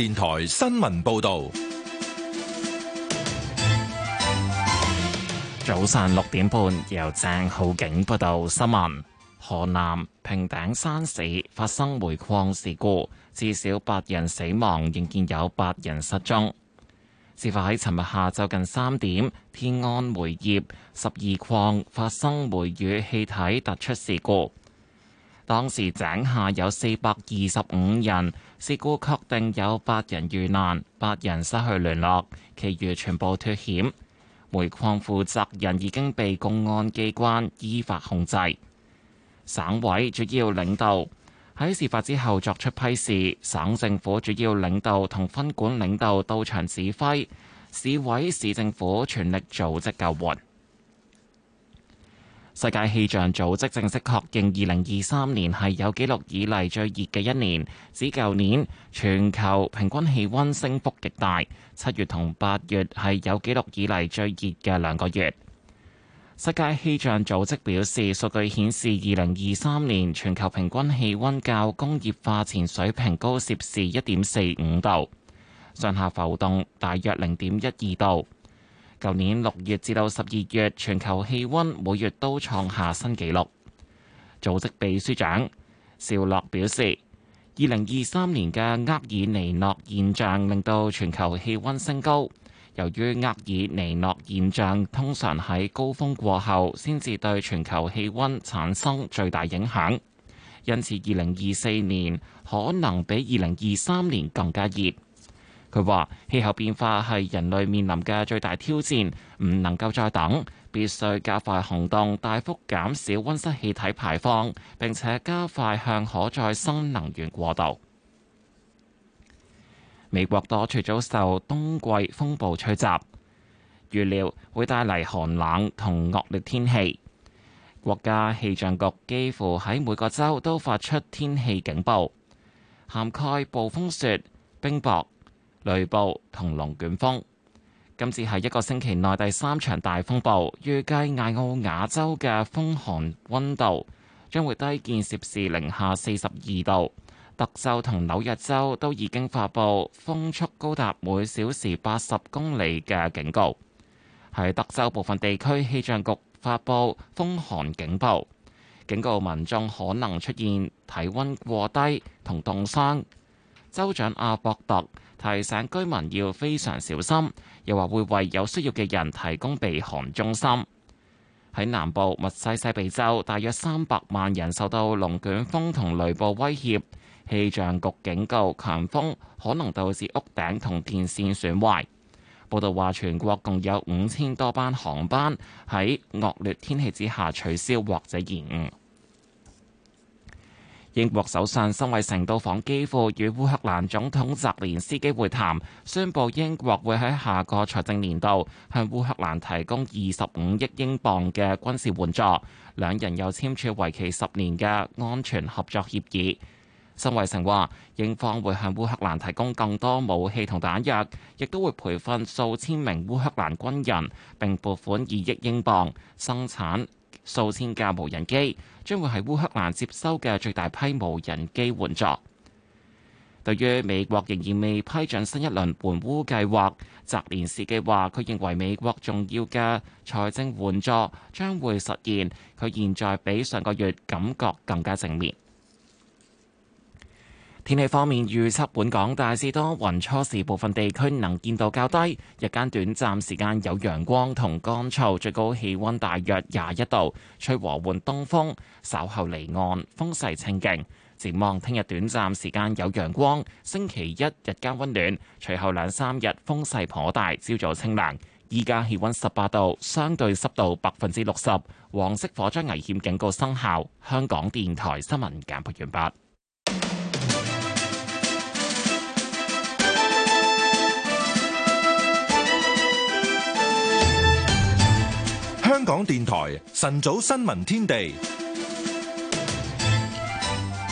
電台新聞報道。 早上6點半，由鄭浩景報道新聞。河南平頂山市發生煤礦事故，至少8人死亡，仍然有8人失蹤。事發喺尋日下晝近3點，天安煤業12礦發生煤與氣體突出事故。當時井下有425人，事故確定有8人遇難，8人失去聯絡，其餘全部脫險。煤礦負責人已經被公安機關依法控制。省委主要領導喺事發之後作出批示，省政府主要領導同分管領導到場指揮，市委市政府全力組織救援。世界氣象組織正式確認2023年係有紀錄以嚟最熱嘅一年，指舊年全球平均氣溫升幅極大，7月同8月係有紀錄以嚟最熱嘅2個月。世界氣象組織表示，數據顯示2023年全球平均氣溫較工業化前水平高攝氏1.45度，上下浮動大約0.12度。舊年6月至到12月，全球氣溫每月都創下新紀錄。組織秘書長邵洛表示，2023年嘅厄爾尼諾現象令到全球氣溫升高。由於厄爾尼諾現象通常喺高峰過後先至對全球氣溫產生最大影響，因此2024年可能比2023年更加熱。佢話氣候變化係人類面臨嘅最大挑戰，唔能夠再等，必須加快行動，大幅減少溫室氣體排放，並且加快向可再生能源過渡。美國多處遭受冬季風暴吹襲，預料會帶嚟寒冷同惡劣天氣。國家氣象局幾乎喺每個州都發出天氣警報，涵蓋暴風雪、冰雹、雷暴同龍捲風。今次係一個星期內第3場大風暴，預計艾奧瓦州嘅風寒溫度將會低見攝氏-42度。德州同紐約州都已經發布風速高達每小時80公里嘅警告。喺德州部分地區，氣象局發布風寒警報，警告民眾可能出現體溫過低同凍傷。州長阿博特提醒居民要非常小心，又話會為有需要嘅人提供避寒中心。喺南部密西西比州，大約300萬人受到龍捲風同雷暴威脅。氣象局警告，強風可能導致屋頂同電線損壞。報道話，全國共有5000多班航班喺惡劣天氣之下取消或者延誤。英國首相辛偉誠到訪基輔，與烏克蘭總統澤連斯基會談，宣布英國會喺下個財政年度向烏克蘭提供25億英鎊嘅軍事援助。兩人又簽署為期10年嘅安全合作協議。辛偉誠話，英方會向烏克蘭提供更多武器同彈藥，亦都會培訓數千名烏克蘭軍人，並撥款2億英鎊生產數千架無人機，將會係烏克蘭接收嘅最大批無人機援助。對於美國仍然未批准新一輪援烏計劃，澤連斯基話佢認為美國重要嘅財政援助將會實現，佢現在比上個月感覺更加正面。天氣方面預測，本港大致多雲，初時部分地區能見度較低，日間短暫時間有陽光同乾燥，最高氣溫大約21度，吹和緩東風，稍後離岸風勢清勁。展望聽日短暫時間有陽光，星期一日間溫暖，隨後2-3日風勢頗大，朝早清涼。依家氣溫18度，相對濕度60%，黃色火災危險警告生效。香港電台新聞簡報完畢。 香港電台晨早新聞天地，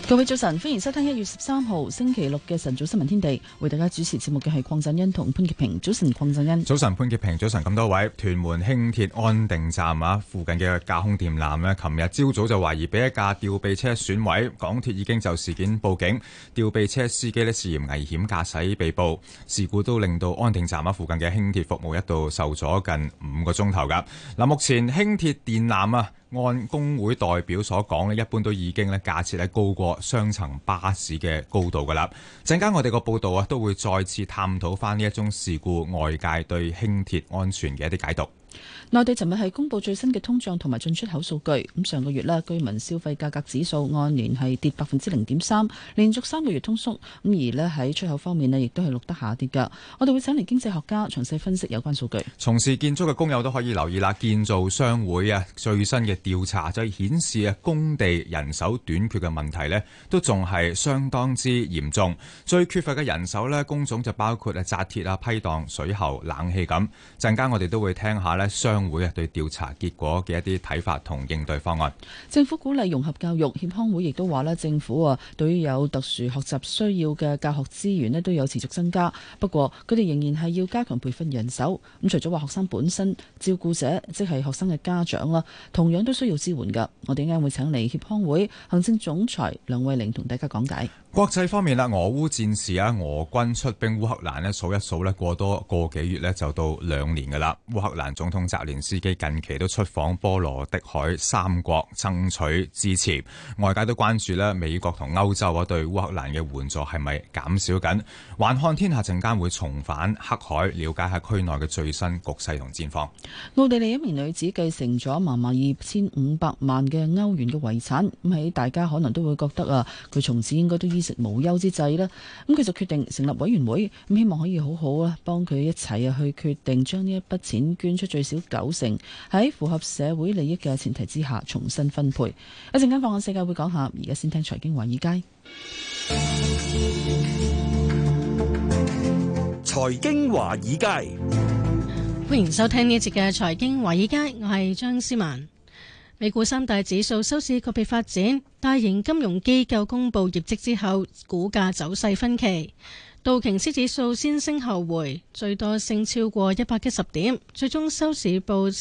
各位早晨，歡迎收聽1月13號星期六嘅晨早新聞天地，為大家主持節目嘅係鄺振恩同潘潔平。早晨，鄺振恩。 早晨，潘潔平。早晨，咁多位。屯門輕鐵安定站附近嘅架空電纜呢，琴日朝早就懷疑俾一架吊臂車損毀，港鐵已經就事件報警，吊臂車司機呢涉嫌危險駕駛被捕，事故都令到安定站附近嘅輕鐵服務一度受阻近5個鐘頭噶。嗱，目前輕鐵電纜按工會代表所講一般都已經架設喺高過雙層巴士嘅高度噶啦。陣間我哋個報道都會再次探討翻呢一宗事故外界對輕鐵安全嘅一啲解讀。 內地尋日係公布最新嘅通脹同埋進出口數據。咁上個月居民消費價格指數按年係跌0.3%，連續3個月通縮。咁而喺出口方面亦都係錄得下跌㗎。我哋會請嚟經濟學家詳細分析有關數據。 從事建築嘅工友都可以留意啦。建造商會最新嘅調查就顯示工地人手短缺嘅問題都仲係相當之嚴重。最缺乏嘅人手工種就包括紮鐵、批盪、水喉、冷氣咁。陣間我哋都會聽下商會對調查結果嘅一啲睇法同應對方案。 政府鼓勵融合教育，協康會亦都話政府對於有特殊學習需要嘅教學資源都有持續增加。不過佢哋仍然係要加強培訓人手。咁除咗話學生本身，照顧者即係學生嘅家長啦，同樣都需要支援噶。我哋啱啱會請嚟協康會行政總裁梁慧玲同大家講解。 國際方面俄烏戰事俄軍出兵烏克蘭數一數過多個幾月就到2年噶啦。烏克蘭總統澤連斯基近期都出訪波羅的海3國爭取支持，外界都關注美國同歐洲對烏克蘭嘅援助係咪減少緊。環看天下陣間會重返黑海，了解下區內嘅最新局勢同戰況。 奧地利一名女子繼承咗嫲嫲2500萬嘅歐元嘅遺產，咁喺大家可能都會覺得佢從此應該都衣食無憂之際啦，咁佢就決定成立委員會，咁希望可以好好幫佢一齊去決定將呢一筆錢捐出最少90%，喺符合社會利益嘅前提之下重新分配。一陣間放眼世界會講下，而家先聽財經華爾街。 財經華爾街， 歡迎收聽呢一節嘅財經華爾街，我係張思文。美股3大指數收市個別發展，大型金融機構公布業績之後，股價走勢分歧。道瓊斯指數先升後回，最多升超過110點，最終收市報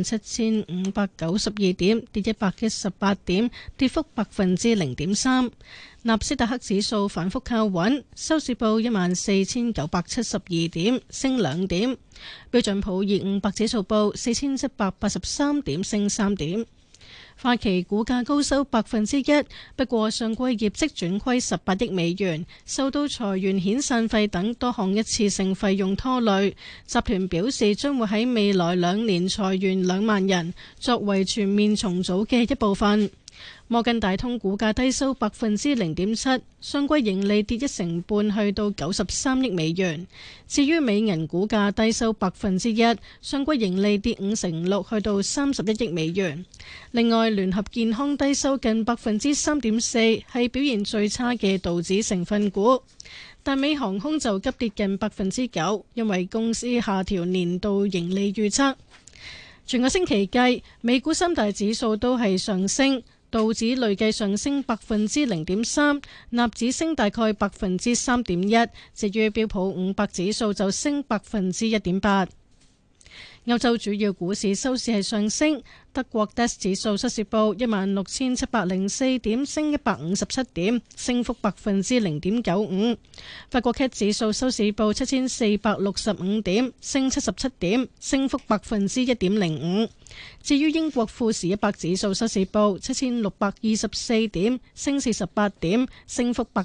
37,592點，跌118點，跌幅0.3%。納斯達克指數反覆靠穩，收市報14,972點，升2點。標準普爾500指數報4,783點，升3點。花旗股價高收1%，不過上季業績轉虧18億美元，受到裁員、遣散費等多項一次性費用拖累。集團表示將會喺未來2年裁員2萬人，作為全面重組嘅一部分。摩根大通股價低收0.7%，上季盈利跌1成半，去到93億美元。至於美銀股價低收1%，上季盈利跌5成6，去到31億美元。另外，聯合健康低收近3.4%，係表現最差嘅道指成分股。達美航空就急跌近9%，因為公司下調年度盈利預測。全個星期計，美股3大指數都係上升。道指累計上升0.3%，納指升大概3.1%，至於標普500指數就升1.8%。歐洲主要股市收市係上升，德國 DAX 指數收市報16,704點，升157點，升幅0.95%。法國 CAC 指數收市報7,465點，升77點，升幅1.05%。至於英國富時100指數收市報7,624點，升48點，升幅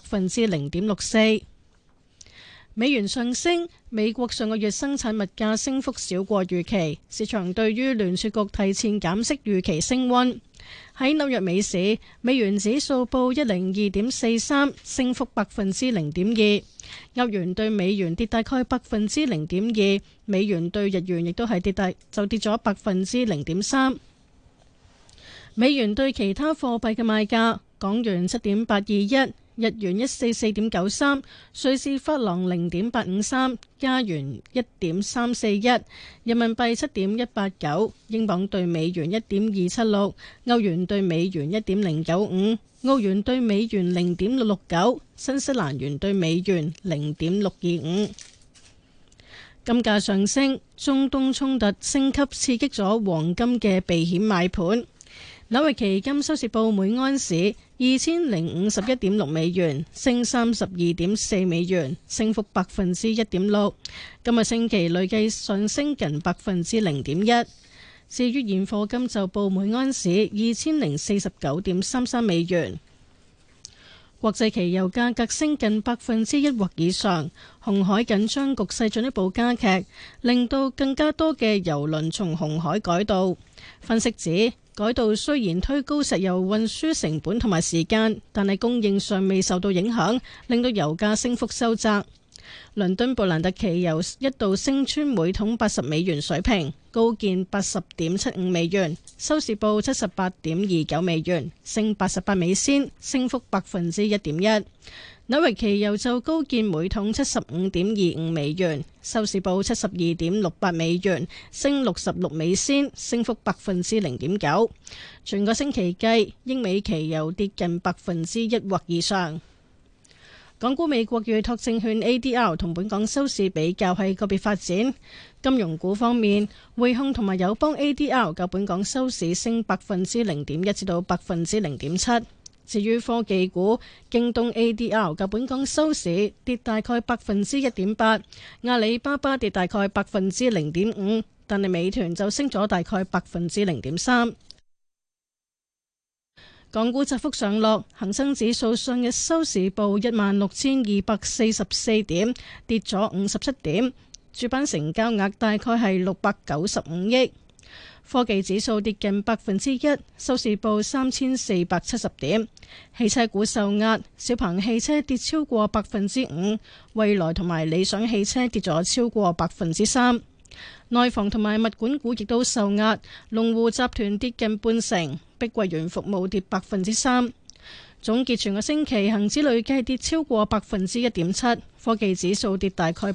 0.64%。美元上升，美國上個月生產物價升幅少過預期，市場對於聯儲局提前減息預期升溫。喺紐約美市，美元指數報102.43，升幅0.2%。歐元對美元跌大概0.2%，美元對日元亦都係跌咗0.3%。美元對其他貨幣嘅賣價：港元7.821。日元144.93，瑞士法郎0.853，加元1.341，人民幣7.189，英鎊對美元1.276，歐元對美元1.095， 澳元對美元0.669，新西蘭元對美元0.625。金價上升，中東衝突升級刺激咗黃金嘅避險買盤。紐約期金收市報每安士2051.6美元，升32.4美元，升幅1.6%。今個星期累計上升近0.1%。至於現貨金就報每安士2049.33美元。國際期油價格升近1%或以上，紅海緊張局勢進一步加劇，令到更加多嘅油輪從紅海改道。分析指，改道雖然推高石油運輸成本同埋時間，但係供應尚未受到影響，令到油價升幅收窄。倫敦布蘭特期油一度升穿每桶80美元水平，高見80.75美元，收市報78.29美元，升88美仙，升幅1.1%。紐約期油就高見每桶75.25美元，收市報72.68美元，升66美仙，升幅0.9%。全個星期計，英美期油跌近1%或以上。港股美國預託證券 ADR 同本港收市比較係個別發展。金融股方面，匯控同埋友邦 ADR 較本港收市升0.1%至到0.7%。至於科技股，京東 ADR 較本港收市跌大概1.8%，阿里巴巴跌大概0.5%，但係美團就升咗大概0.3%。港股窄幅上落，恒生指數上日收市報16,244點，跌咗57點，主板成交額大概係695億。科技指數跌近1%，收市報3,470點。汽車股受壓，小鵬汽車跌超過5%，蔚來同埋理想汽車跌咗超過3%。內房同埋物管股亦都受壓，龍湖集團跌近半成，碧桂園服務跌3%。總結全個星期，恒指累計跌超過1.7%，科技指數跌大概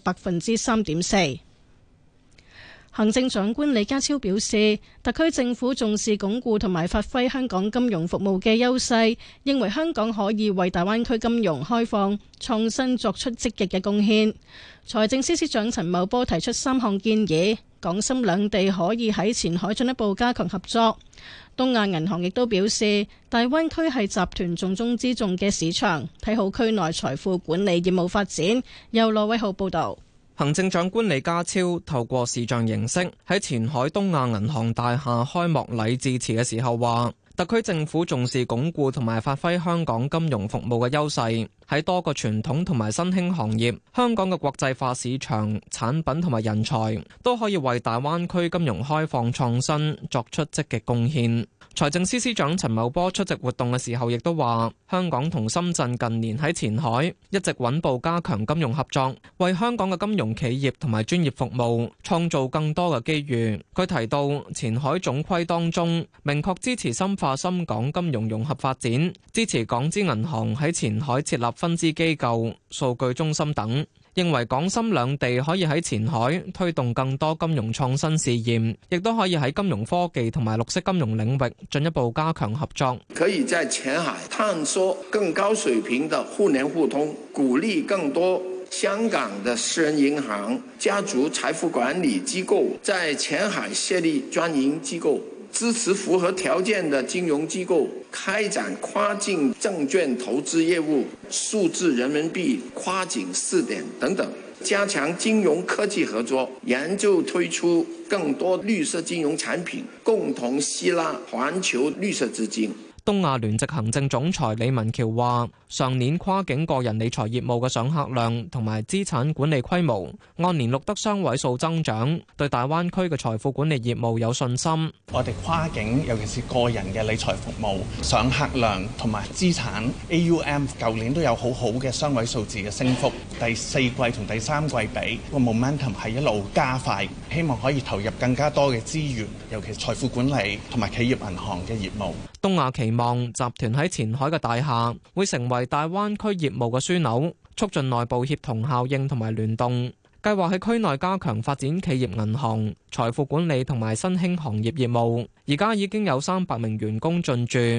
3.4%。行政長官李家超表示，特區政府重視鞏固同埋發揮香港金融服務嘅優勢，認為香港可以為大灣區金融開放創新作出積極嘅貢獻。財政司司長陳茂波提出3項建議，港深兩地可以喺前海進一步加強合作。東亞銀行亦都表示，大灣區係集團重中之重嘅市場，睇好區內財富管理業務發展。由羅偉浩報導。 行政長官李家超透過視像形式喺前海東亞銀行大廈開幕禮致辭嘅時候話，特區政府重視鞏固同埋發揮香港金融服務嘅優勢，喺多個傳統同埋新興行業，香港嘅國際化市場、產品同埋人才都可以為大灣區金融開放創新作出積極貢獻。財政司司長陳茂波出席活動嘅時候亦都話，香港同深圳近年喺前海一直穩步加強金融合作，為香港嘅金融企業同埋專業服務創造更多嘅機遇。佢提到前海總規當中明確支持深化深港金融融合發展，支持港資銀行喺前海設立分支機構、數據中心等，認為港深兩地可以喺前海推動更多金融創新試驗，亦都可以喺金融科技同埋綠色金融領域進一步加強合作。 可以在前海探索更高水平的互聯互通，鼓勵更多香港的私人銀行、家族財富管理機構在前海設立專營機構，支持符合條件的金融機構開展跨境證券投資業務、數字人民幣跨境試點等等，加強金融科技合作，研究推出更多綠色金融產品，共同吸納環球綠色資金。 東亞聯席行政總裁李文橋話，上年跨境個人理財業務嘅上客量同埋資產管理規模按年錄得雙位數增長，對大灣區嘅財富管理業務有信心。 我哋跨境尤其是個人嘅理財服務上客量同埋資產 AUM 舊年都有好好嘅雙位數字嘅升幅，第四季同第三季比個 momentum 係一路加快，希望可以投入更加多嘅資源，尤其是財富管理同埋企業銀行嘅業務。 東亞期望集團喺前海嘅大廈會成為大灣區業務嘅樞紐，促進內部協同效應同埋聯動。計劃喺區內加強發展企業銀行、財富管理同埋新興行業業務。而家已經有300名員工進駐。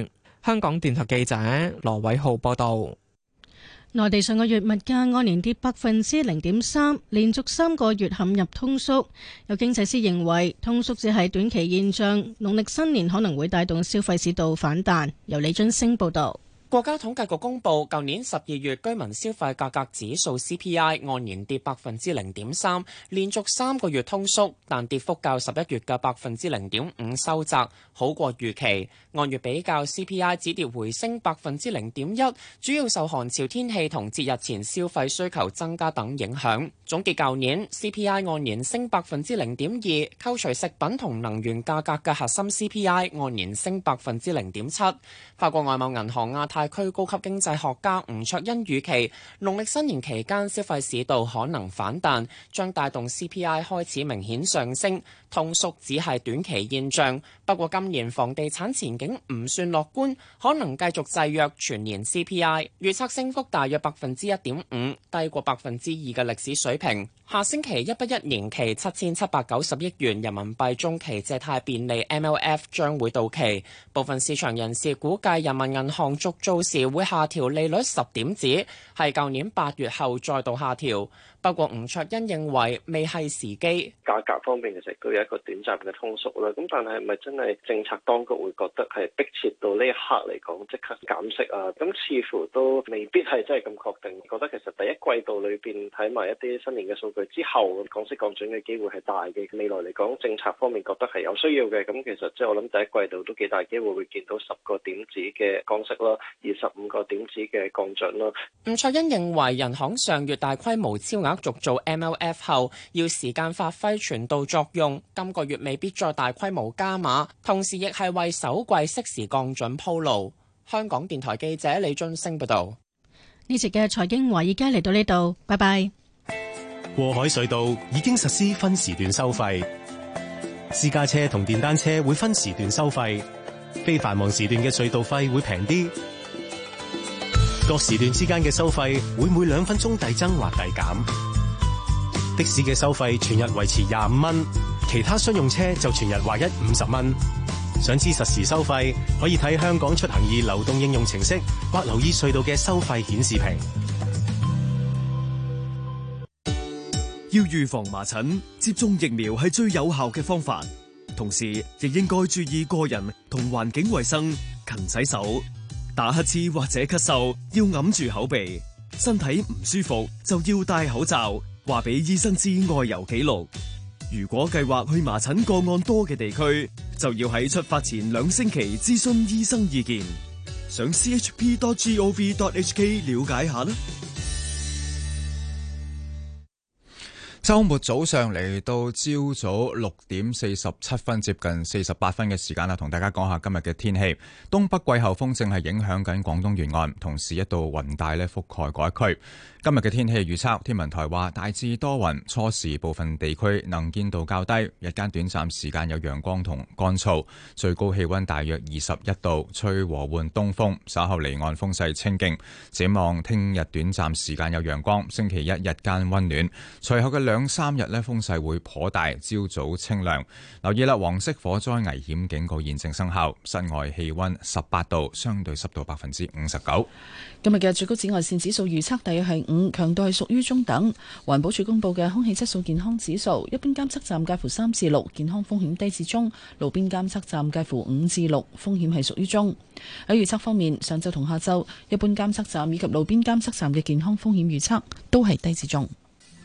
香港電台記者羅偉浩報道。 內地上個月物價按年跌0.3%，連續3個月陷入通縮。有經濟師認為，通縮只係短期現象，農曆新年可能會帶動消費市道反彈。由李津升報道。 國家統計局公佈，舊年12月居民消費價格指數 CPI 按年跌0.3%，連續3個月通縮，但跌幅較11月嘅0.5%收窄，好過預期。按月比較 CPI 止跌回升0.1%，主要受寒潮天氣同節日前消費需求增加等影響。總結舊年 CPI 按年升0.2%，扣除食品同能源價格嘅核心 CPI 按年升0.7%。法國外貿銀行亞太區高級經濟學家吳卓恩預期，農曆新年期間消費市道可能反彈，將帶動 CPI 開始明顯上升。通縮只係短期現象，不過今年房地產前景唔算樂觀，可能繼續制約全年 CPI， 預測升幅大約1.5%，低過2%嘅歷史水平。下星期111年期7790億元人民幣中期借貸便利 MLF 將會到期，部分市場人士估計人民銀行續做時會下調利率10點子，係舊年8月後再度下調。不過吳卓恩認為未係時機， 價格方面其實都有一個短暫嘅通縮啦。咁但係咪真係政策當局會覺得係迫切到呢一刻嚟講即刻減息啊？咁似乎都未必係真係咁確定。覺得其實第一季度裏邊睇埋一啲新年嘅數據之後，降息降準嘅機會係大嘅。未來嚟講政策方面覺得係有需要嘅。咁其實即係我諗第一季度都幾大機會會見到10個點子嘅降息啦，25個點子嘅降準啦。 吳卓恩認為人行上月大規模超額續做 MLF 後，要時間發揮傳導作用，今個月未必再大規模加碼，同時亦係為首季適時降準鋪路。香港電台記者李津升報道。 呢節嘅財經華爾街嚟到呢度，拜拜。 過海隧道已經實施分時段收費，私家車同電單車會分時段收費，非繁忙時段嘅隧道費會平啲。各時段之間嘅收費會每2分鐘遞增或遞減。的士嘅收費全日維持25蚊，其他商用車就全日劃一50蚊。想知實時收費，可以睇香港出行易流動應用程式，或留意隧道嘅收費顯示屏。 要預防麻疹，接種疫苗係最有效嘅方法。同時，亦應該注意個人同環境衛生，勤洗手。打乞嗤或者咳嗽要揞住口鼻，身體唔舒服就要戴口罩，話俾醫生知外遊記錄。如果計劃去麻疹個案多嘅地區，就要喺出發前2星期諮詢醫生意見。上 chp.gov.hk 了解下啦。 週末早上嚟到朝早6點47分，接近48分嘅時間啦，同大家講下今日嘅天氣。東北季候風正係影響緊廣東沿岸，同時一道雲帶覆蓋嗰一區。今日嘅天氣預測，天文台話大致多雲，初時部分地區能見度較低，日間短暫時間有陽光同乾燥，最高氣溫大約21度，吹和緩東風，稍後離岸風勢清勁。展望聽日短暫時間有陽光，星期一日間溫暖，隨後嘅2-3日風勢會頗大，朝早清涼。留意啦，黃色火災危險警告現正生效，室外氣溫18度，相對濕度59%。 今日嘅最高紫外線指數預測大約係5，強度係屬於中等。環保署公布嘅空氣質素健康指數，一般監測站介乎3至6，健康風險低至中；路邊監測站介乎5至6，風險係屬於中。喺預測方面，上晝同下晝，一般監測站以及路邊監測站嘅健康風險預測都係低至中。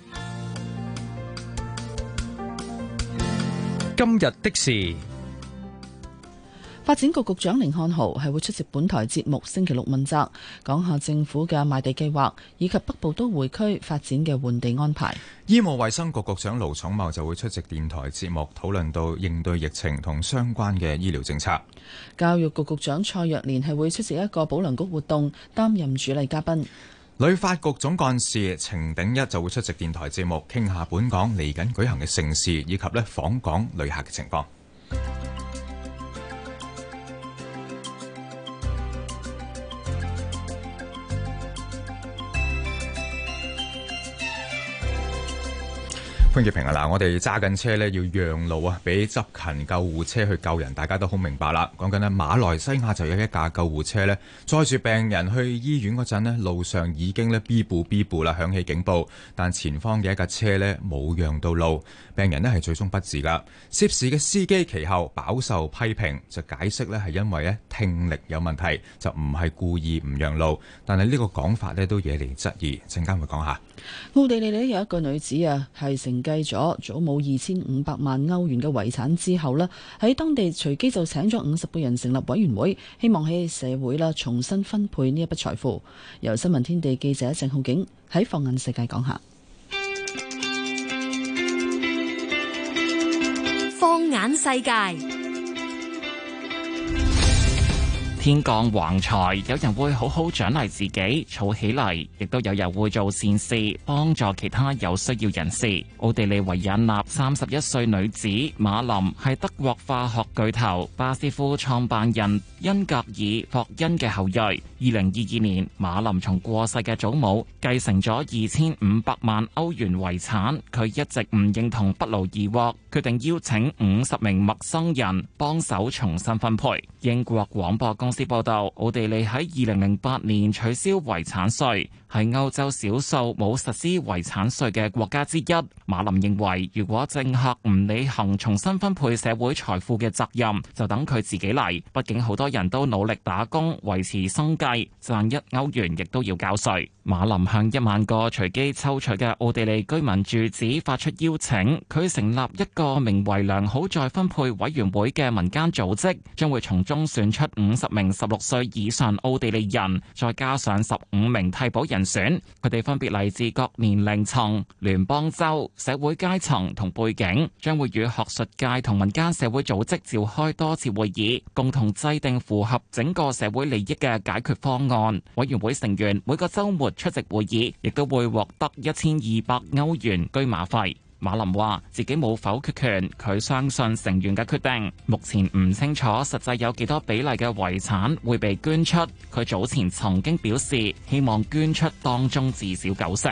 今日的事， 發展局局長甯漢豪係會出席本台節目星期六問責，講下政府嘅賣地計劃以及北部都會區發展嘅換地安排。 醫務衛生局局長盧寵茂就會出席電台節目，討論到應對疫情同相關嘅醫療政策。 教育局局長蔡若蓮係會出席一個保良局活動，擔任主禮嘉賓。 旅發局總幹事程鼎一就會出席電台節目，傾下本港嚟緊舉行嘅盛事以及訪港旅客嘅情況。 潘潔平啊，嗱，我哋揸緊車呢，要讓路啊，俾執勤救護車去救人，大家都好明白啦。講緊呢，馬來西亞就有一架救護車呢，載住病人去醫院嗰陣呢，路上已經呢 B 部啦，響起警報，但前方嘅一架車呢冇讓到路，病人呢係最終不治噶。涉事嘅司機其後飽受批評，就解釋呢係因為呢聽力有問題，就唔係故意唔讓路，但係呢個講法呢都惹嚟質疑，陣間會講下。 奧地利呢有一個女子啊，係承繼咗祖母2500萬歐元嘅遺產之後呢，喺當地隨機就請咗50個人成立委員會，希望喺社會啦重新分配呢一筆財富。由新聞天地記者鄭浩景喺放眼世界講下。 放眼世界。 天降橫財，有人會好好獎勵自己，儲起嚟，亦都有人會做善事，幫助其他有需要人士。奧地利維也納31歲女子馬林係德國化學巨頭巴斯夫創辦人恩格爾霍恩嘅後裔。2022年，馬林從過世嘅祖母繼承咗2500萬歐元遺產，佢一直唔認同不勞而獲，決定邀請50名陌生人幫手重新分配。英國廣播公司報道，奧地利喺2008年取消遺產稅，係歐洲少數冇實施遺產稅嘅國家之一。馬林認為，如果政客唔履行重新分配社會財富嘅責任，就等佢自己嚟。畢竟好多人都努力打工維持生計，賺1歐元亦都要交稅。馬林向1萬個隨機抽取嘅奧地利居民住址發出邀請，佢成立一個名為良好再分配委員會嘅民間組織，將會從中選出50名16歲以上奧地利人，再加上15名替補人選，佢哋分別嚟自各年齡層、聯邦州、社會階層同背景，將會與學術界同民間社會組織召開多次會議，共同制定符合整個社會利益嘅解決方案。委員會成員每個週末出席會議，亦都會獲得1200歐元居馬費。馬林話自己冇否決權，佢相信成員嘅決定。目前唔清楚實際有幾多比例嘅遺產會被捐出。佢早前曾經表示希望捐出當中至少90%。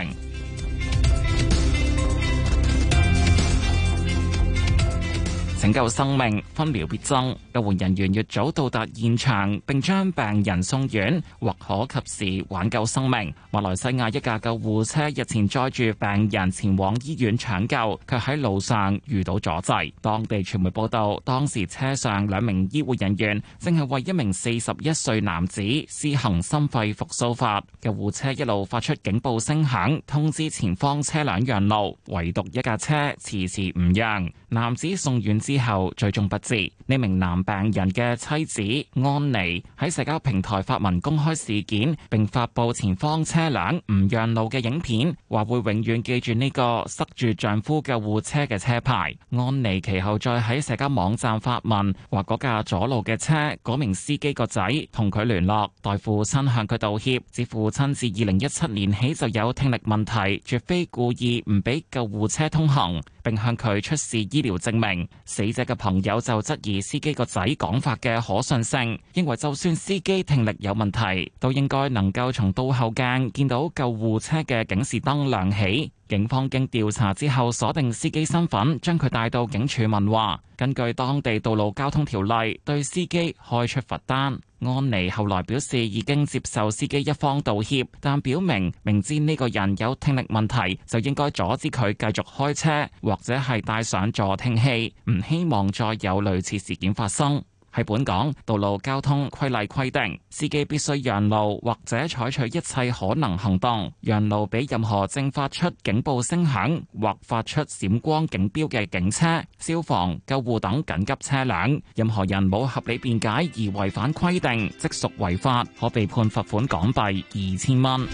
拯救生命，分秒必爭。救援人員越早到達現場並將病人送院，或可及時挽救生命。馬來西亞一架救護車日前載住病人前往醫院搶救，卻喺路上遇到阻滯。當地傳媒報道，當時車上2名醫護人員正係為1名41歲男子施行心肺復甦法。救護車一路發出警報聲響，通知前方車輛讓路，唯獨一架車遲遲唔讓。男子送院之後最終不治。呢名男病人嘅妻子安妮喺社交平台發文公開事件，並發布前方車輛唔讓路嘅影片，話會永遠記住呢個塞住丈夫救護車嘅車牌。安妮其後再喺社交網站發文，話嗰架阻路嘅車嗰名司機個仔同佢聯絡，代父親向佢道歉，指父親自2017年起就有聽力問題，絕非故意唔俾救護車通行，並向佢出示醫療證明。死者嘅朋友就質疑司機個仔講法嘅可信性，認為就算司機聽力有問題，都應該能夠從倒後鏡見到救護車嘅警示燈亮起。警方經調查之後鎖定司機身份，將佢帶到警署問話。根據當地道路交通條例，對司機開出罰單。安妮後來表示已經接受司機一方道歉，但表明明知呢個人有聽力問題，就應該阻止佢繼續開車，或者係戴上助聽器，唔希望再有類似事件發生。喺本港，道路交通規例規定，司機必須讓路或者採取一切可能行動，讓路俾任何正發出警報聲響或發出閃光警標嘅警車、消防、救護等緊急車輛。任何人冇合理辯解而違反規定，即屬違法，可被判罰款港幣2000蚊。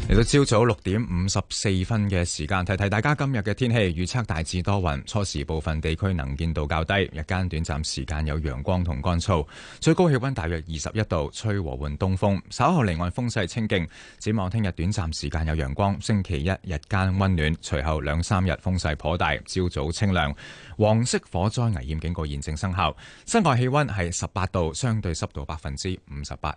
嚟到朝早6:54嘅時間，提提大家今日嘅天氣預測，大致多雲，初時部分地區能見度較低，日間短暫時間有陽光同乾燥，最高氣溫大約21度，吹和緩東風，稍後離岸風勢清勁。展望聽日短暫時間有陽光，星期一日間溫暖，隨後2-3日風勢頗大，朝早清涼。黃色火災危險警告現正生效，室外氣溫係18度，相對濕度58%。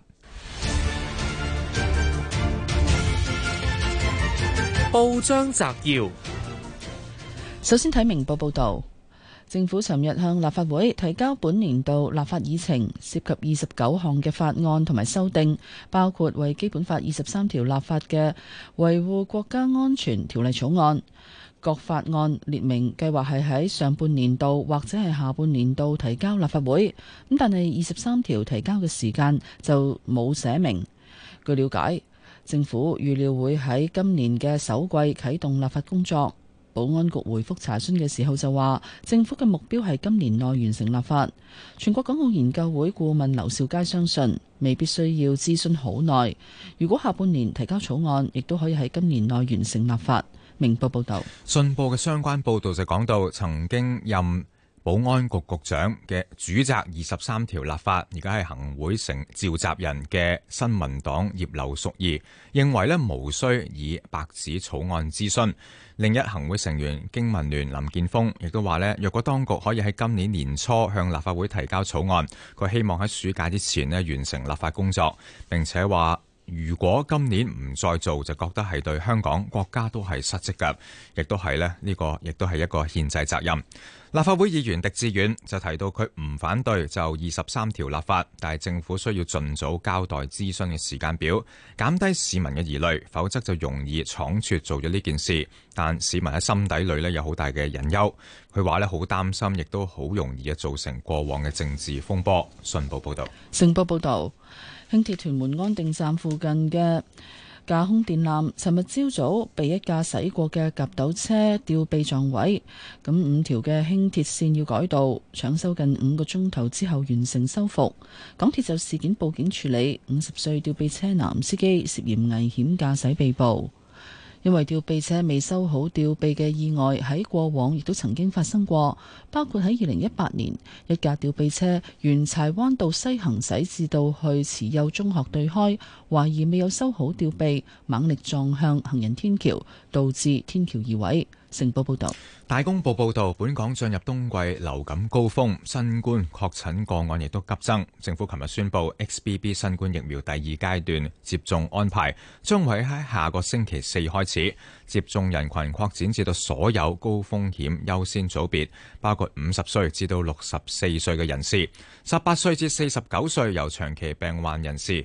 報章摘要： 首先睇明報報道，政府尋日向立法會提交本年度立法議程，涉及29項嘅法案同埋修訂，包括為基本法23條立法嘅維護國家安全條例草案。各法案列明計劃係喺上半年度或者係下半年度提交立法會，咁但係23條提交嘅時間就冇寫明。據了解，政府預料會喺今年嘅首季啟動立法工作。保安局回覆查詢嘅時候就話，政府嘅目標係今年內完成立法。全國港澳研究會顧問劉兆佳相信，未必需要諮詢好耐。如果下半年提交草案，亦都可以喺今年內完成立法。明報報道， 信報嘅相關報導就講到，曾經任保安局局長嘅主責23條立法，而家係行會成召集人嘅新民黨葉劉淑儀認為無需以白紙草案諮詢。另一行會成員經民聯林健鋒亦都話若果當局可以喺今年年初向立法會提交草案，佢希望喺暑假之前完成立法工作。並且話，如果今年唔再做，就覺得係對香港國家都係失職嘅，亦都係呢個亦都係一個憲制責任。立法會議員狄志遠就提到，佢唔反對就23條立法，但係政府需要盡早交代諮詢嘅時間表，減低市民嘅疑慮，否則就容易倉促做咗呢件事。但市民喺心底裏有好大嘅隱憂，佢話好擔心，亦都好容易造成過往嘅政治風波。信報報道， 成報報道，輕鐵屯門安定站附近嘅架空電纜尋日朝早被一架駛過嘅夾斗車吊臂撞毀，咁5條嘅輕鐵線要改道，搶修近5個鐘頭之後完成修復。港鐵就事件報警處理，50歲吊臂車男司機涉嫌危險駕駛被捕。因為吊臂車未收好吊臂嘅意外喺過往亦都曾經發生過，包括喺2018年一架吊臂車沿柴灣道西行駛至到去慈幼中學對開，懷疑未有收好吊臂，猛力撞向行人天橋，導致天橋移位。成報報道。 大公報報道，本港進入冬季流感高峰，新冠確診個案亦都急增。政府琴日宣布 XBB 新冠疫苗第2階段接種安排將會喺下個星期4開始，接種人群擴展至到所有高風險優先組別，包括50歲至到64歲嘅人士，18歲至49歲由長期病患人士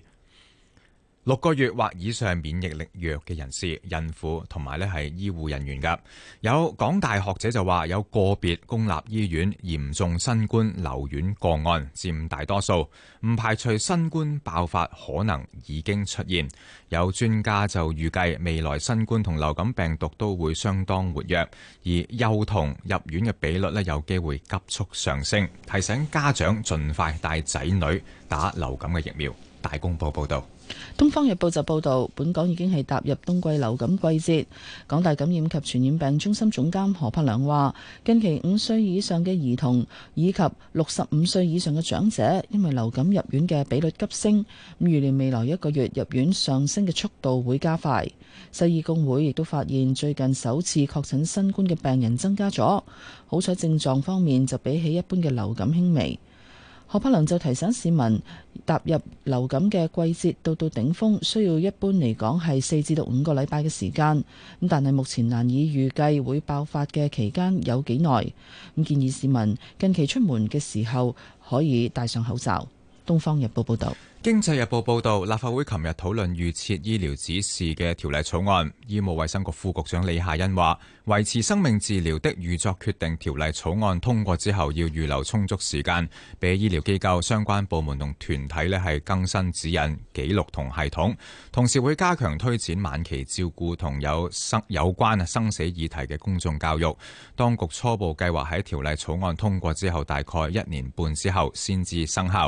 ，6個月或以上免疫力弱嘅人士、孕婦同埋係醫護人員㗎。有港大學者就話，有個別公立醫院嚴重新冠留院個案佔大多數，唔排除新冠爆發可能已經出現。有專家就預計未來新冠同流感病毒都會相當活躍，而幼童入院嘅比率有機會急速上升，提醒家長盡快帶仔女打流感嘅疫苗。大公報報道。 《東方日報》就報導，本港已經係踏入冬季流感季節。港大感染及傳染病中心總監何柏良話，近期5歲以上嘅兒童以及65歲以上嘅長者，因為流感入院嘅比率急升，預料未來1個月入院上升嘅速度會加快。西醫工會亦都發現，最近首次確診新冠嘅病人增加咗，好彩症狀方面就比起一般嘅流感輕微。何柏良就提醒市民，踏入流感嘅季節到頂峰，需要一般嚟講係4至5個禮拜嘅時間。咁但係目前難以預計會爆發嘅期間有幾耐。咁建議市民近期出門嘅時候可以戴上口罩。《東方日報》報導。 《經濟日報》報導，立法會琴日討論預設醫療指示嘅條例草案。醫務衛生局副局長李夏茵話，維持生命治療的預作決定條例草案通過之後，要預留充足時間，俾醫療機構相關部門同團體係更新指引、記錄同系統。同時會加強推展晚期照顧同有關生死議題嘅公眾教育。當局初步計劃喺條例草案通過之後，大概1年半之後先至生效。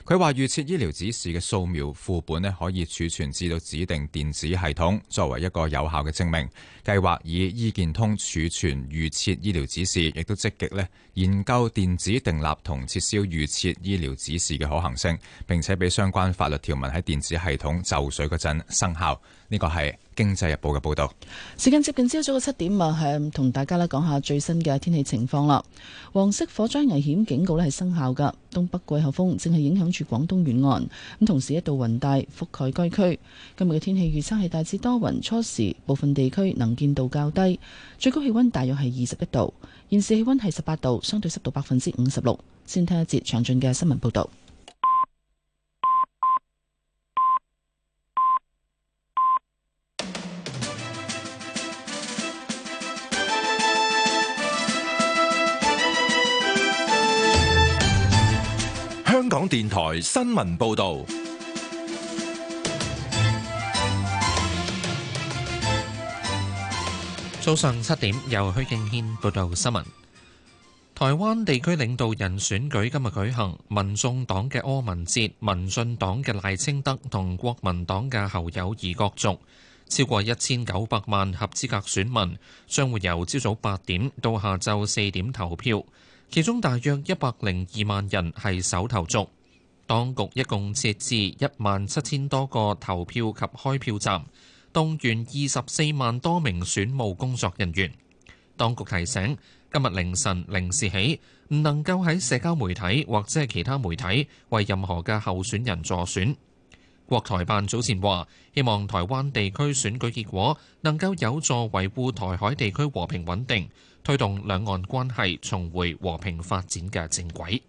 佢話預設醫療指示嘅掃描副本呢，可以儲存至到指定電子系統，作為一個有效嘅證明。計劃以醫健通儲存預設醫療指示，亦都積極研究電子訂立同撤銷預設醫療指示嘅可行性，並且俾相關法律條文喺電子系統就緒嗰陣生效。呢個係《經濟日報》嘅報導。 時間接近朝早嘅7點啊，係同大家講下最新嘅天氣情況啦。黃色火災危險警告係生效㗎，東北季候風正係影響住廣東沿岸，咁同時一道雲帶覆蓋該區。今日嘅天氣預測係大致多雲，初時部分地區能見度較低，最高氣溫大約係21度。現時氣溫係18度，相對濕度56%。先聽一節詳盡嘅新聞報導。 香港電台新聞報導。 早上7點，由許敬軒報道新聞。台灣地區領導人選舉今日舉行，民眾黨嘅柯文哲、民進黨嘅賴清德同國民黨嘅侯友宜角逐，超過1900萬合資格選民將會由朝早8點到下晝4點投票，其中大約102萬人係首投族。當局一共設置17000多個投票及開票站，動員24萬多名選務工作人員。當局提醒，今日凌晨0時起，唔能夠喺社交媒體或者係其他媒體為任何嘅候選人助選。國台辦早前話，希望台灣地區選舉結果能夠有助維護台海地區和平穩定，推動兩岸關係重回和平發展嘅正軌。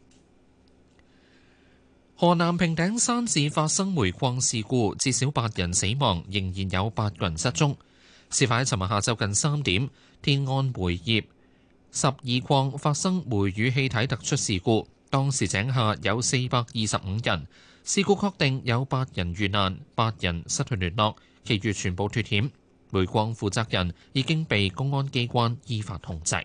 河南平頂山市發生煤礦事故，至少8人死亡，仍然有8個人失蹤。事發喺尋日下晝近3點，天安煤業12礦發生煤與氣體突出事故，當時井下有425人。事故確定有8人遇難，8人失去聯絡，其餘全部脫險。煤礦負責人已經被公安機關依法控制。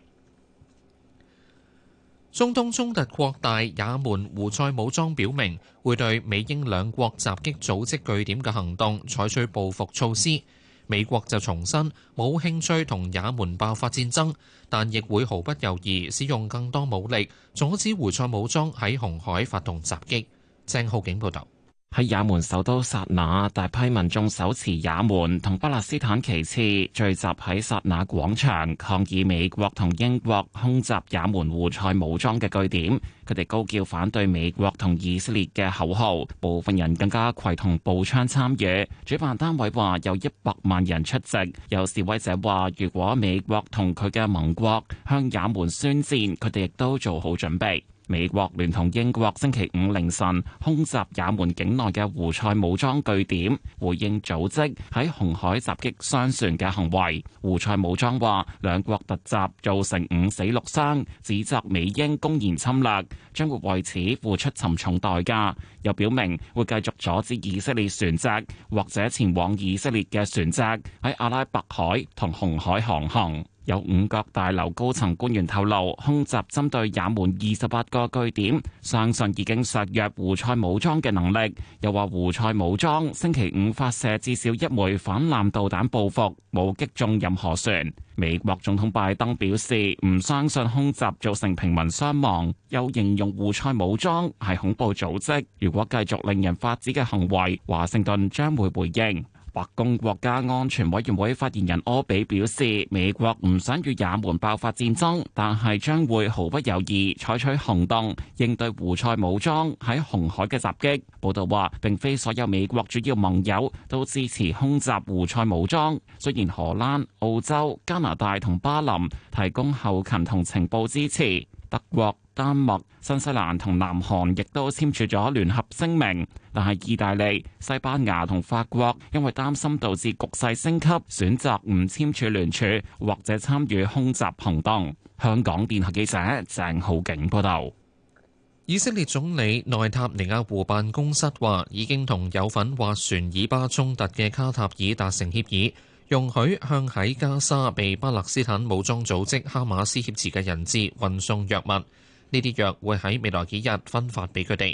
中東衝突擴大，也門胡塞武裝表明會對美英兩國襲擊組織據點嘅行動採取報復措施。美國就重申冇興趣同也門爆發戰爭，但亦會毫不猶豫使用更多武力阻止胡塞武裝喺紅海發動襲擊。鄭浩景報導。 喺也門首都薩那，大批民眾手持也門同巴勒斯坦旗幟聚集喺薩那廣場，抗議美國同英國空襲也門胡塞武裝嘅據點。佢哋高叫反對美國同以色列嘅口號，部分人更加攜同步槍參與。主辦單位話有100萬人出席。有示威者話，如果美國同佢嘅盟國向也門宣戰，佢哋亦都做好準備。美國聯同英國星期5凌晨空襲也門境內嘅胡塞武裝據點，回應組織喺紅海襲擊商船嘅行為。胡塞武裝話兩國突襲造成5死6傷，指責美英公然侵略，將會為此付出沉重代價。又表明會繼續阻止以色列船隻或者前往以色列嘅船隻喺阿拉伯海同紅海航行。有五角大樓高層官員透露，空襲針對也門28個據點，相信已經削弱胡塞武裝嘅能力。又話胡塞武裝星期5發射至少1枚反艦導彈報復，冇擊中任何船。美國總統拜登表示唔相信空襲造成平民傷亡，又形容胡塞武裝係恐怖組織。如果繼續令人髮指嘅行為，華盛頓將會回應。白宮國家安全委員會發言人柯比表示，美國唔想與也門爆發戰爭，但係將會毫不猶豫採取行動應對胡塞武裝喺紅海嘅襲擊。報道話，並非所有美國主要盟友都支持空襲胡塞武裝。雖然荷蘭、澳洲、加拿大同巴林提供後勤同情報支持，德國、丹麥、新西蘭同南韓亦都簽署咗聯合聲明，但係意大利、西班牙同法國因為擔心導致局勢升級，選擇唔簽署聯署或者參與空襲行動。香港電台記者鄭浩景報道。 以色列總理內塔尼亞胡辦公室話，已經同有份斡旋以巴衝突嘅卡塔爾達成協議，容許向喺加沙被巴勒斯坦武裝組織哈馬斯挾持嘅人質運送藥物。呢啲藥會喺未來幾日分發俾佢哋。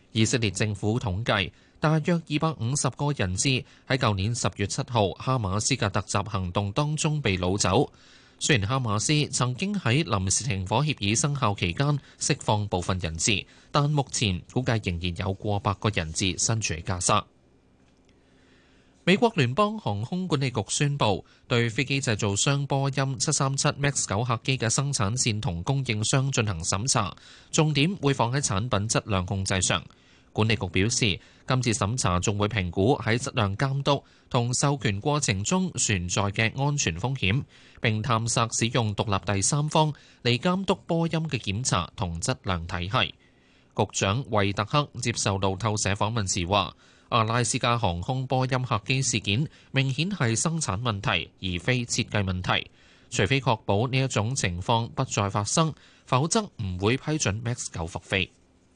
以色列政府統計，大約250個人質喺舊年10月7號哈馬斯嘅突襲行動當中被擄走。雖然哈馬斯曾經喺臨時停火協議生效期間釋放部分人質，但目前估計仍然有過百個人質身處加沙。美國聯邦航空管理局宣布，對飛機製造商波音737 MAX 9客機嘅生產線同供應商進行審查，重點會放喺產品質量控制上。管理局表示，今次審查仲會評估喺質量監督同授權過程中存在嘅安全風險，並探索使用獨立第三方嚟監督波音嘅檢查同質量體系。局長惠特克接受路透社訪問時話，阿拉斯加航空波音客機事件明顯係生產問題，而非設計問題。除非確保呢一種情況不再發生，否則唔會批准 MAX 9復飛。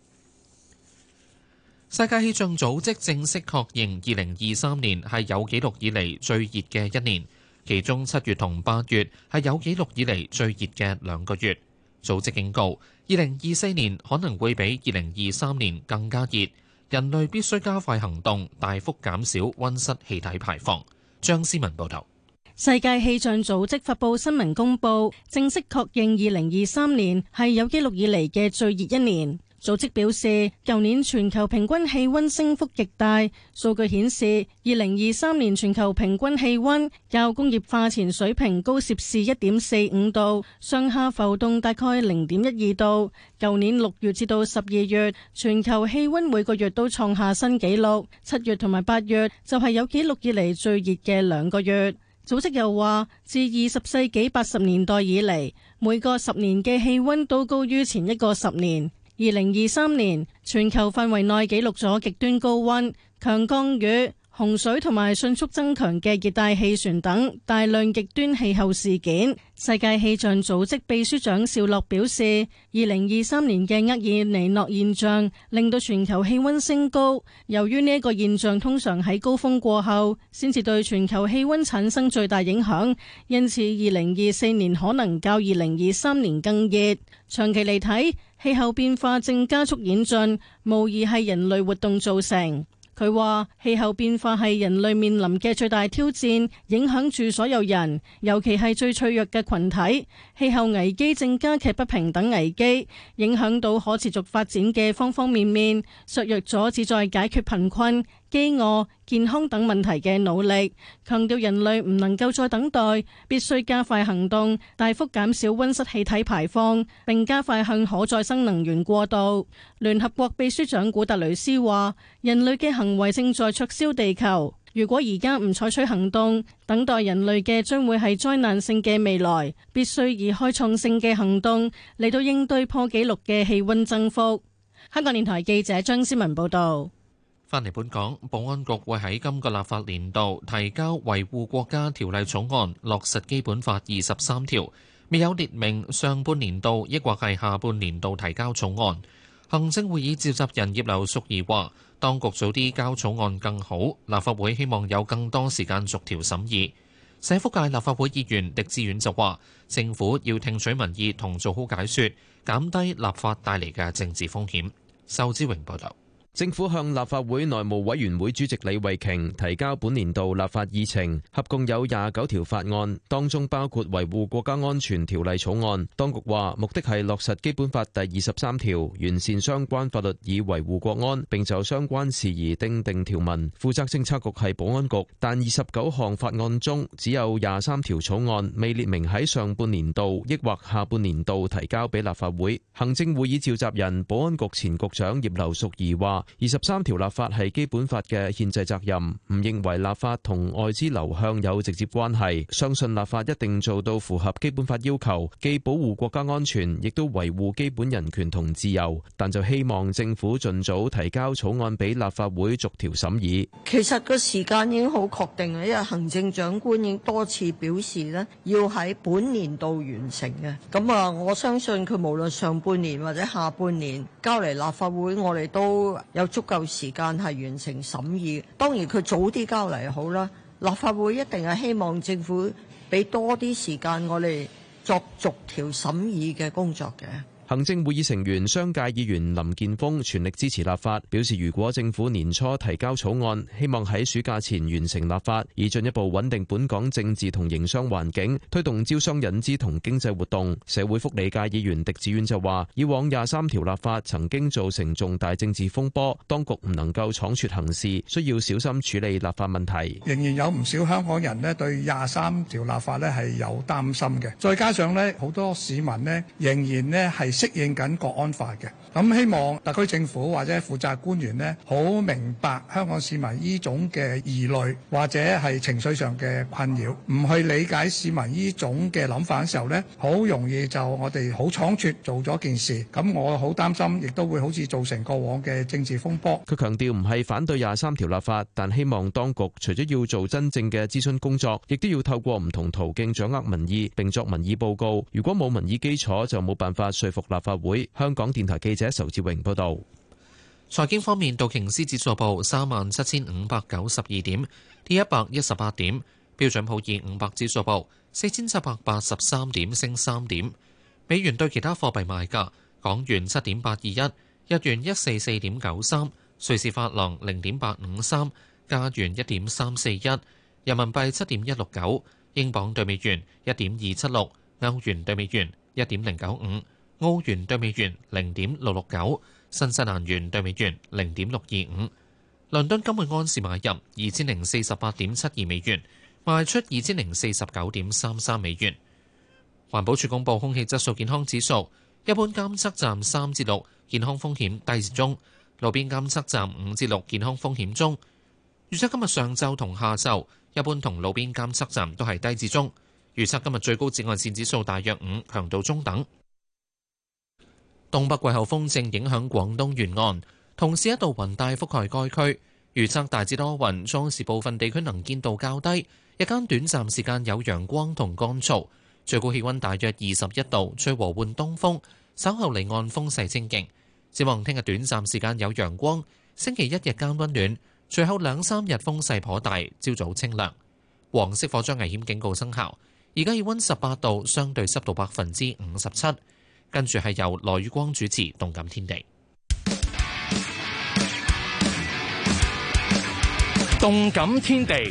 世界氣象組織正式確認2023年係有紀錄以嚟最熱嘅一年，其中7月同8月係有紀錄以嚟最熱嘅2個月。組織警告，2024年可能會比2023年更加熱，人類必須加快行動，大幅減少溫室氣體排放。張思文報導。 世界氣象組織發布新聞公佈，正式確認2023年係有紀錄以嚟嘅最熱一年。組織表示，舊年全球平均氣溫升幅極大，數據顯示2023年全球平均氣溫較工業化前水平高攝氏1.45度，上下浮動大概0.12度。舊年6月至到12月，全球氣溫每個月都創下新紀錄，7月同埋8月就係有紀錄以嚟最熱嘅2個月。組織又話，自20世紀80年代以嚟，每個10年嘅氣溫都高於前一個10年。2023年，全球範圍內記錄咗極端高溫、強降雨、洪水同埋迅速增強嘅熱帶氣旋等大量極端氣候事件。世界氣象組織秘書長紹洛表示，2023年嘅厄爾尼諾現象令到全球氣溫升高。由於呢一個現象通常喺高峰過後先至對全球氣溫產生最大影響，因此2024年可能較2023年更熱。長期嚟睇，氣候變化正加速演進，無疑係人類活動造成。佢話氣候變化係人類面臨嘅最大挑戰，影響住所有人，尤其係最脆弱嘅群體。氣候危機正加劇不平等危機，影響到可持續發展嘅方方面面，削弱咗旨在解決貧困、飢餓、健康等問題嘅努力，強調人類唔能夠再等待，必須加快行動，大幅減少溫室氣體排放，並加快向可再生能源過渡。聯合國秘書長古特雷斯話，人類嘅行為正在灼燒地球，如果而家唔採取行動，等待人類嘅將會係災難性嘅未來，必須以開創性嘅行動嚟到應對破紀錄嘅氣溫增幅。香港電台記者張思文報道。 返嚟本港，保安局會喺今個立法年度提交維護國家條例草案，落實基本法23條，未有列明上半年度抑或係下半年度提交草案。行政會議召集人葉劉淑儀話，當局早啲交草案更好，立法會希望有更多時間逐條審議。社福界立法會議員狄志遠就話，政府要聽取民意同做好解說，減低立法帶嚟嘅政治風險。仇志榮報道。 政府向立法會內務委員會主席李慧瓊提交本年度立法議程，合共有29條法案，當中包括維護國家安全條例草案。當局話，目的係落實基本法第23條，完善相關法律以維護國安，並就相關事宜訂定條文。負責政策局係保安局，但29項法案中只有23條草案未列明喺上半年度抑或下半年度提交俾立法會。行政會議召集人保安局前局長葉劉淑儀話，23條立法係基本法嘅憲制責任，唔認為立法同外資流向有直接關係，相信立法一定做到符合基本法要求，既保護國家安全，亦都維護基本人權同自由，但就希望政府盡早提交草案俾立法會逐條審議。 其實個時間已經好確定啦，因為行政長官已經多次表示呢，要喺本年度完成嘅。咁我相信佢無論上半年或者下半年交嚟立法會，我哋都有足夠時間係完成審議。當然佢早啲交嚟好啦，立法會一定係希望政府俾多啲時間我哋作逐條審議嘅工作嘅。 行政會議成員商界議員林健鋒全力支持立法，表示如果政府年初提交草案，希望喺暑假前完成立法，以進一步穩定本港政治同營商環境，推動招商引資同經濟活動。社會福利界議員狄志遠就話，以往23條立法曾經造成重大政治風波，當局唔能夠倉促行事，需要小心處理立法問題。 仍然有唔少香港人咧對23條立法咧係有擔心嘅，再加上咧好多市民咧仍然咧係適應緊國安法嘅，咁希望特區政府或者負責官員咧好明白香港市民呢種嘅疑慮或者係情緒上嘅困擾，唔去理解市民呢種嘅諗法嘅時候咧，好容易就我哋好倉促做咗件事，咁我好擔心，亦都會好似造成過往嘅政治風波。 佢強調唔係反對23條立法，但希望當局除咗要做真正嘅諮詢工作，亦都要透過唔同途徑掌握民意並作民意報告。如果冇民意基礎，就冇辦法說服立法會。香港電台記者仇志榮報道。 財經方面，道瓊斯指數報37,592點，跌118點；標準普爾500指數報4,783點，升3點。美元對其他貨幣賣價：港元7.821，日元144.93，瑞士法郎0.853，加元1.341，人民幣7.169，英鎊對美元1.276，歐元對美元1.095。澳元對美元0.669，新西蘭元對美元0.625。倫敦金每安士買入2048.72美元，賣出2049.33美元。環保署公布空氣質素健康指數，一般監測站3至6，健康風險低至中；路邊監測站5至6，健康風險中。預測今日上晝同下晝，一般同路邊監測站都係低至中。預測今日最高紫外線指數大約5，強度中等。東北季候風正影響廣東沿岸，同時一道雲帶覆蓋該區，預測大致多雲，初時部分地區能見度較低，日間短暫時間有陽光同乾燥，最高氣溫大約21度，吹和緩東風，稍後離岸風勢清勁。展望聽日短暫時間有陽光，星期一日間溫暖，隨後2-3日風勢頗大，朝早清涼。黃色火災危險警告生效，而家氣溫18度，相對濕度57%。跟住係由羅宇光主持《動感天地》。 動感天地。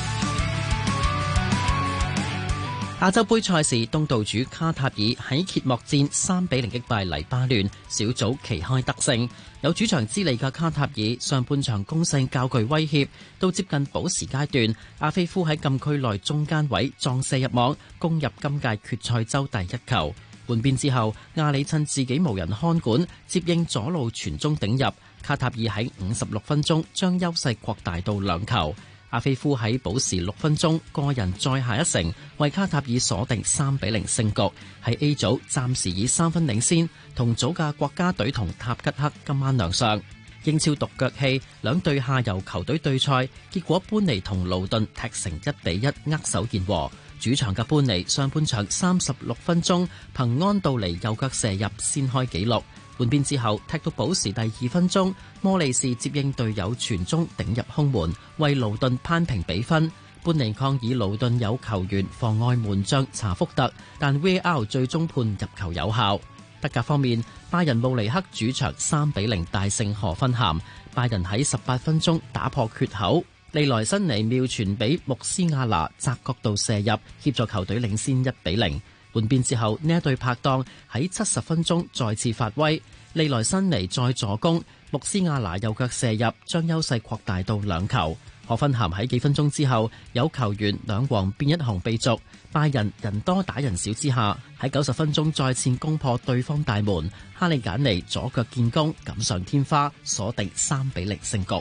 亞洲盃賽事，東道主卡塔爾喺揭幕戰3-0擊敗黎巴嫩，小組旗開得勝。有主場之利嘅卡塔爾上半場攻勢較具威脅，到接近補時階段，阿菲夫喺禁區內中間位撞射入網，攻入今屆決賽周第一球。換邊之後，亞里趁自己無人看管，接應左路傳中頂入。卡塔爾喺56分鐘將優勢擴大到2球。阿菲夫喺補時6分鐘個人再下一城，為卡塔爾鎖定3-0勝局。喺 A 組暫時以3分領先，同組嘅國家隊同塔吉克今晚亮相。英超獨腳戲，兩隊下游球隊對賽，結果般尼同盧頓踢成1-1握手言和。主場嘅般尼上半場36分鐘憑安道尼右腳射入先開紀錄，換邊之後踢到補時第2分鐘，摩利士接應隊友傳中頂入空門，為盧頓扳平比分。般尼抗議盧頓有球員妨礙門將查福特，但 VAR 最終判入球有效。德甲方面，拜仁慕尼黑主場3-0大勝荷芬咸，拜仁喺18分鐘打破缺口。利萊辛尼妙傳俾穆斯亞拿窄角度射入，協助球隊領先1-0。換邊之後，呢一對拍檔喺70分鐘再次發威，利萊辛尼再助攻，穆斯亞拿右腳射入，將優勢擴大到2球。荷芬咸喺幾分鐘之後有球員2黃變1紅被逐，拜仁人多打人少之下，喺90分鐘再次攻破對方大門，哈利簡尼左腳建功，錦上添花，鎖定3-0勝局。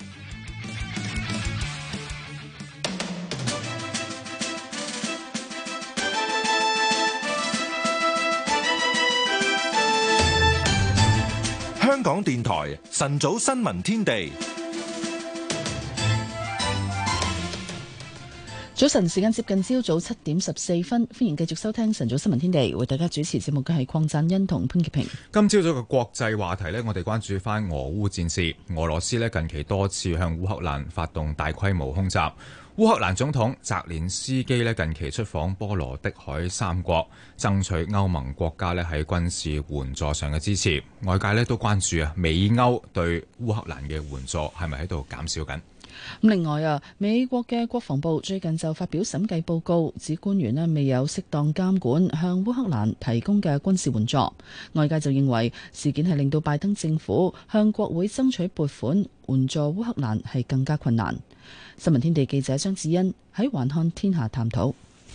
香港電台晨早新聞天地。 早晨時間接近朝早7:14，歡迎繼續收聽晨早新聞天地，為大家主持節目嘅係鄺贊恩同潘潔平。 今朝早嘅國際話題呢，我哋關注翻俄烏戰事。俄羅斯呢近期多次向烏克蘭發動大規模空襲。烏克蘭總統澤連斯基呢近期出訪波羅的海三國，爭取歐盟國家呢喺軍事援助上嘅支持。外界呢都關注啊，美歐對烏克蘭嘅援助係咪喺度減少緊？ 另外啊，美國嘅國防部最近就發表審計報告，指官員呢未有適當監管向烏克蘭提供嘅軍事援助。外界就認為事件係令到拜登政府向國會爭取撥款援助烏克蘭係更加困難。新聞天地記者張子欣喺環看天下探討。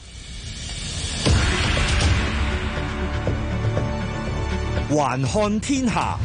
環看天下。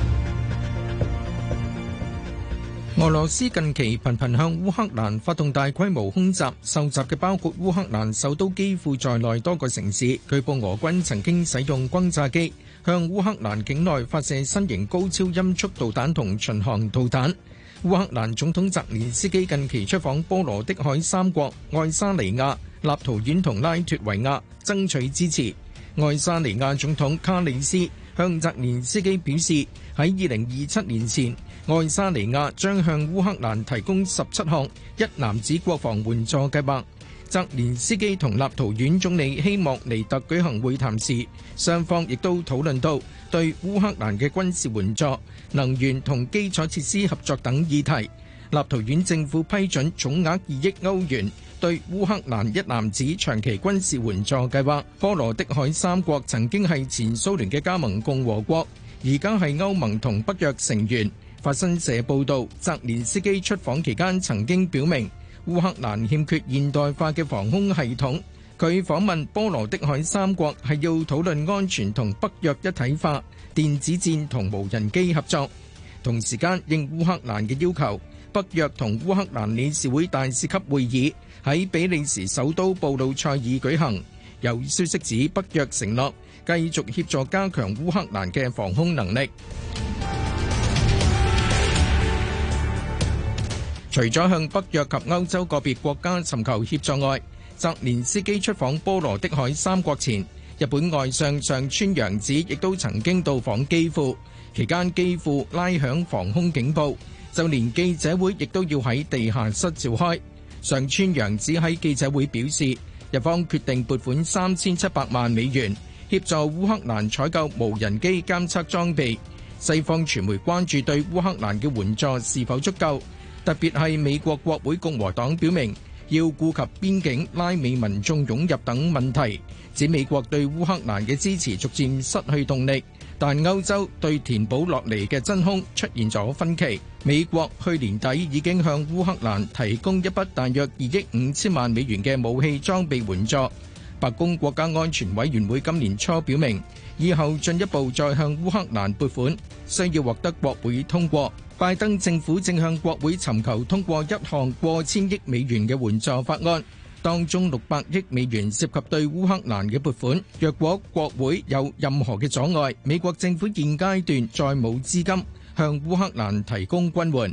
俄羅斯近期頻頻向烏克蘭發動大規模空襲，受襲嘅包括烏克蘭首都基輔在內多個城市。據報俄軍曾經使用轟炸機向烏克蘭境內發射新型高超音速導彈同巡航導彈。烏克蘭總統澤連斯基近期出訪波羅的海三國愛沙尼亞、立陶宛同拉脫維亞，爭取支持。愛沙尼亞總統卡里斯向澤連斯基表示，喺2027年前，愛沙尼亞將向烏克蘭提供17項一男子國防援助計劃。澤連斯基同立陶宛總理希莫尼特舉行會談時，雙方亦都討論到對烏克蘭嘅軍事援助、能源同基礎設施合作等議題。立陶宛政府批准總額2億歐元對烏克蘭一男子長期軍事援助計劃。波羅的海三國曾經係前蘇聯嘅加盟共和國，而家係歐盟同北約成員。法新社報導，澤連斯基出訪期間曾經表明，烏克蘭欠缺現代化嘅防空系統。佢訪問波羅的海三國係要討論安全同北約一體化、電子戰同無人機合作。同時間應烏克蘭嘅要求，北約同烏克蘭理事會大使級會議喺比利時首都布魯塞爾舉行。有消息指北約承諾繼續協助加強烏克蘭嘅防空能力。除咗向北約及歐洲個別國家尋求協助外，澤連斯基出訪波羅的海三國前，日本外相上川陽子亦都曾經到訪基輔，期間基輔拉響防空警報，就連記者會亦都要喺地下室召開。上川陽子喺記者會表示，日方決定撥款3700萬美元協助烏克蘭採購無人機監測裝備。西方傳媒關注對烏克蘭嘅援助是否足夠，特別係美國國會共和黨表明要顧及邊境拉美民眾湧入等問題，指美國對烏克蘭嘅支持逐漸失去動力，但歐洲對填補落嚟嘅真空出現咗分歧。美國去年底已經向烏克蘭提供一筆大約2億5千萬美元嘅武器裝備援助。白宮國家安全委員會今年初表明，以後進一步再向烏克蘭撥款，需要獲得國會通過。拜登政府正向國會尋求通過一項過千億美元嘅援助法案，當中600億美元涉及對烏克蘭嘅撥款。若果國會有任何嘅阻礙，美國政府現階段再冇資金向烏克蘭提供軍援。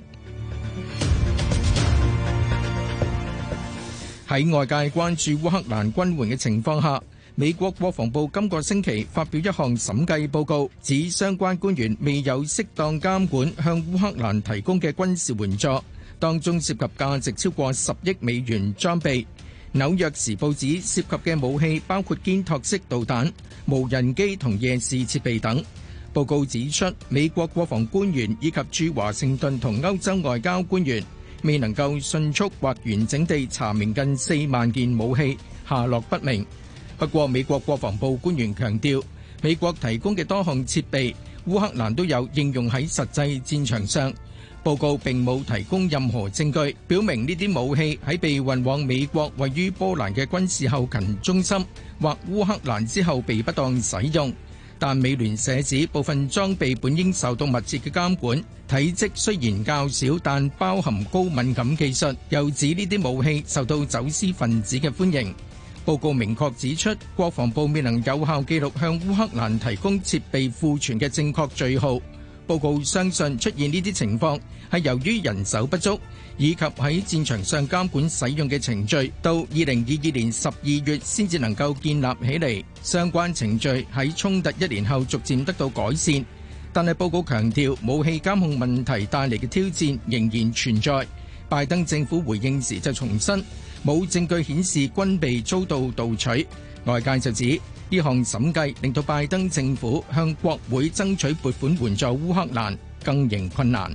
喺外界關注烏克蘭軍援嘅情況下，美國國防部今個星期發表一項審計報告，指相關官員未有適當監管向烏克蘭提供嘅軍事援助，當中涉及價值超過10億美元裝備。紐約時報指涉及嘅武器包括肩托式導彈、無人機同夜視設備等。報告指出，美國國防官員以及駐華盛頓同歐洲外交官員未能夠迅速或完整地查明近4萬件武器下落不明。不過，美國國防部官員強調，美國提供嘅多項設備，烏克蘭都有應用喺實際戰場上。報告並冇提供任何證據，表明呢啲武器喺被運往美國位於波蘭嘅軍事後勤中心或烏克蘭之後被不當使用。但美聯社指部分裝備本應受到密切嘅監管，體積雖然較小，但包含高敏感技術。又指呢啲武器受到走私分子嘅歡迎。報告明確指出，國防部未能有效記錄向烏克蘭提供設備庫存嘅正確序號。 報告相信出現呢啲情況係由於人手不足，以及喺戰場上監管使用嘅程序，到2022年12月先至能夠建立起嚟。相關程序喺衝突1年後逐漸得到改善，但係報告強調武器監控問題帶嚟嘅挑戰仍然存在。拜登政府回應時就重申，冇證據顯示軍備遭到盜取。外界就指呢項審計令到拜登政府向國會爭取撥款援助烏克蘭更形困難。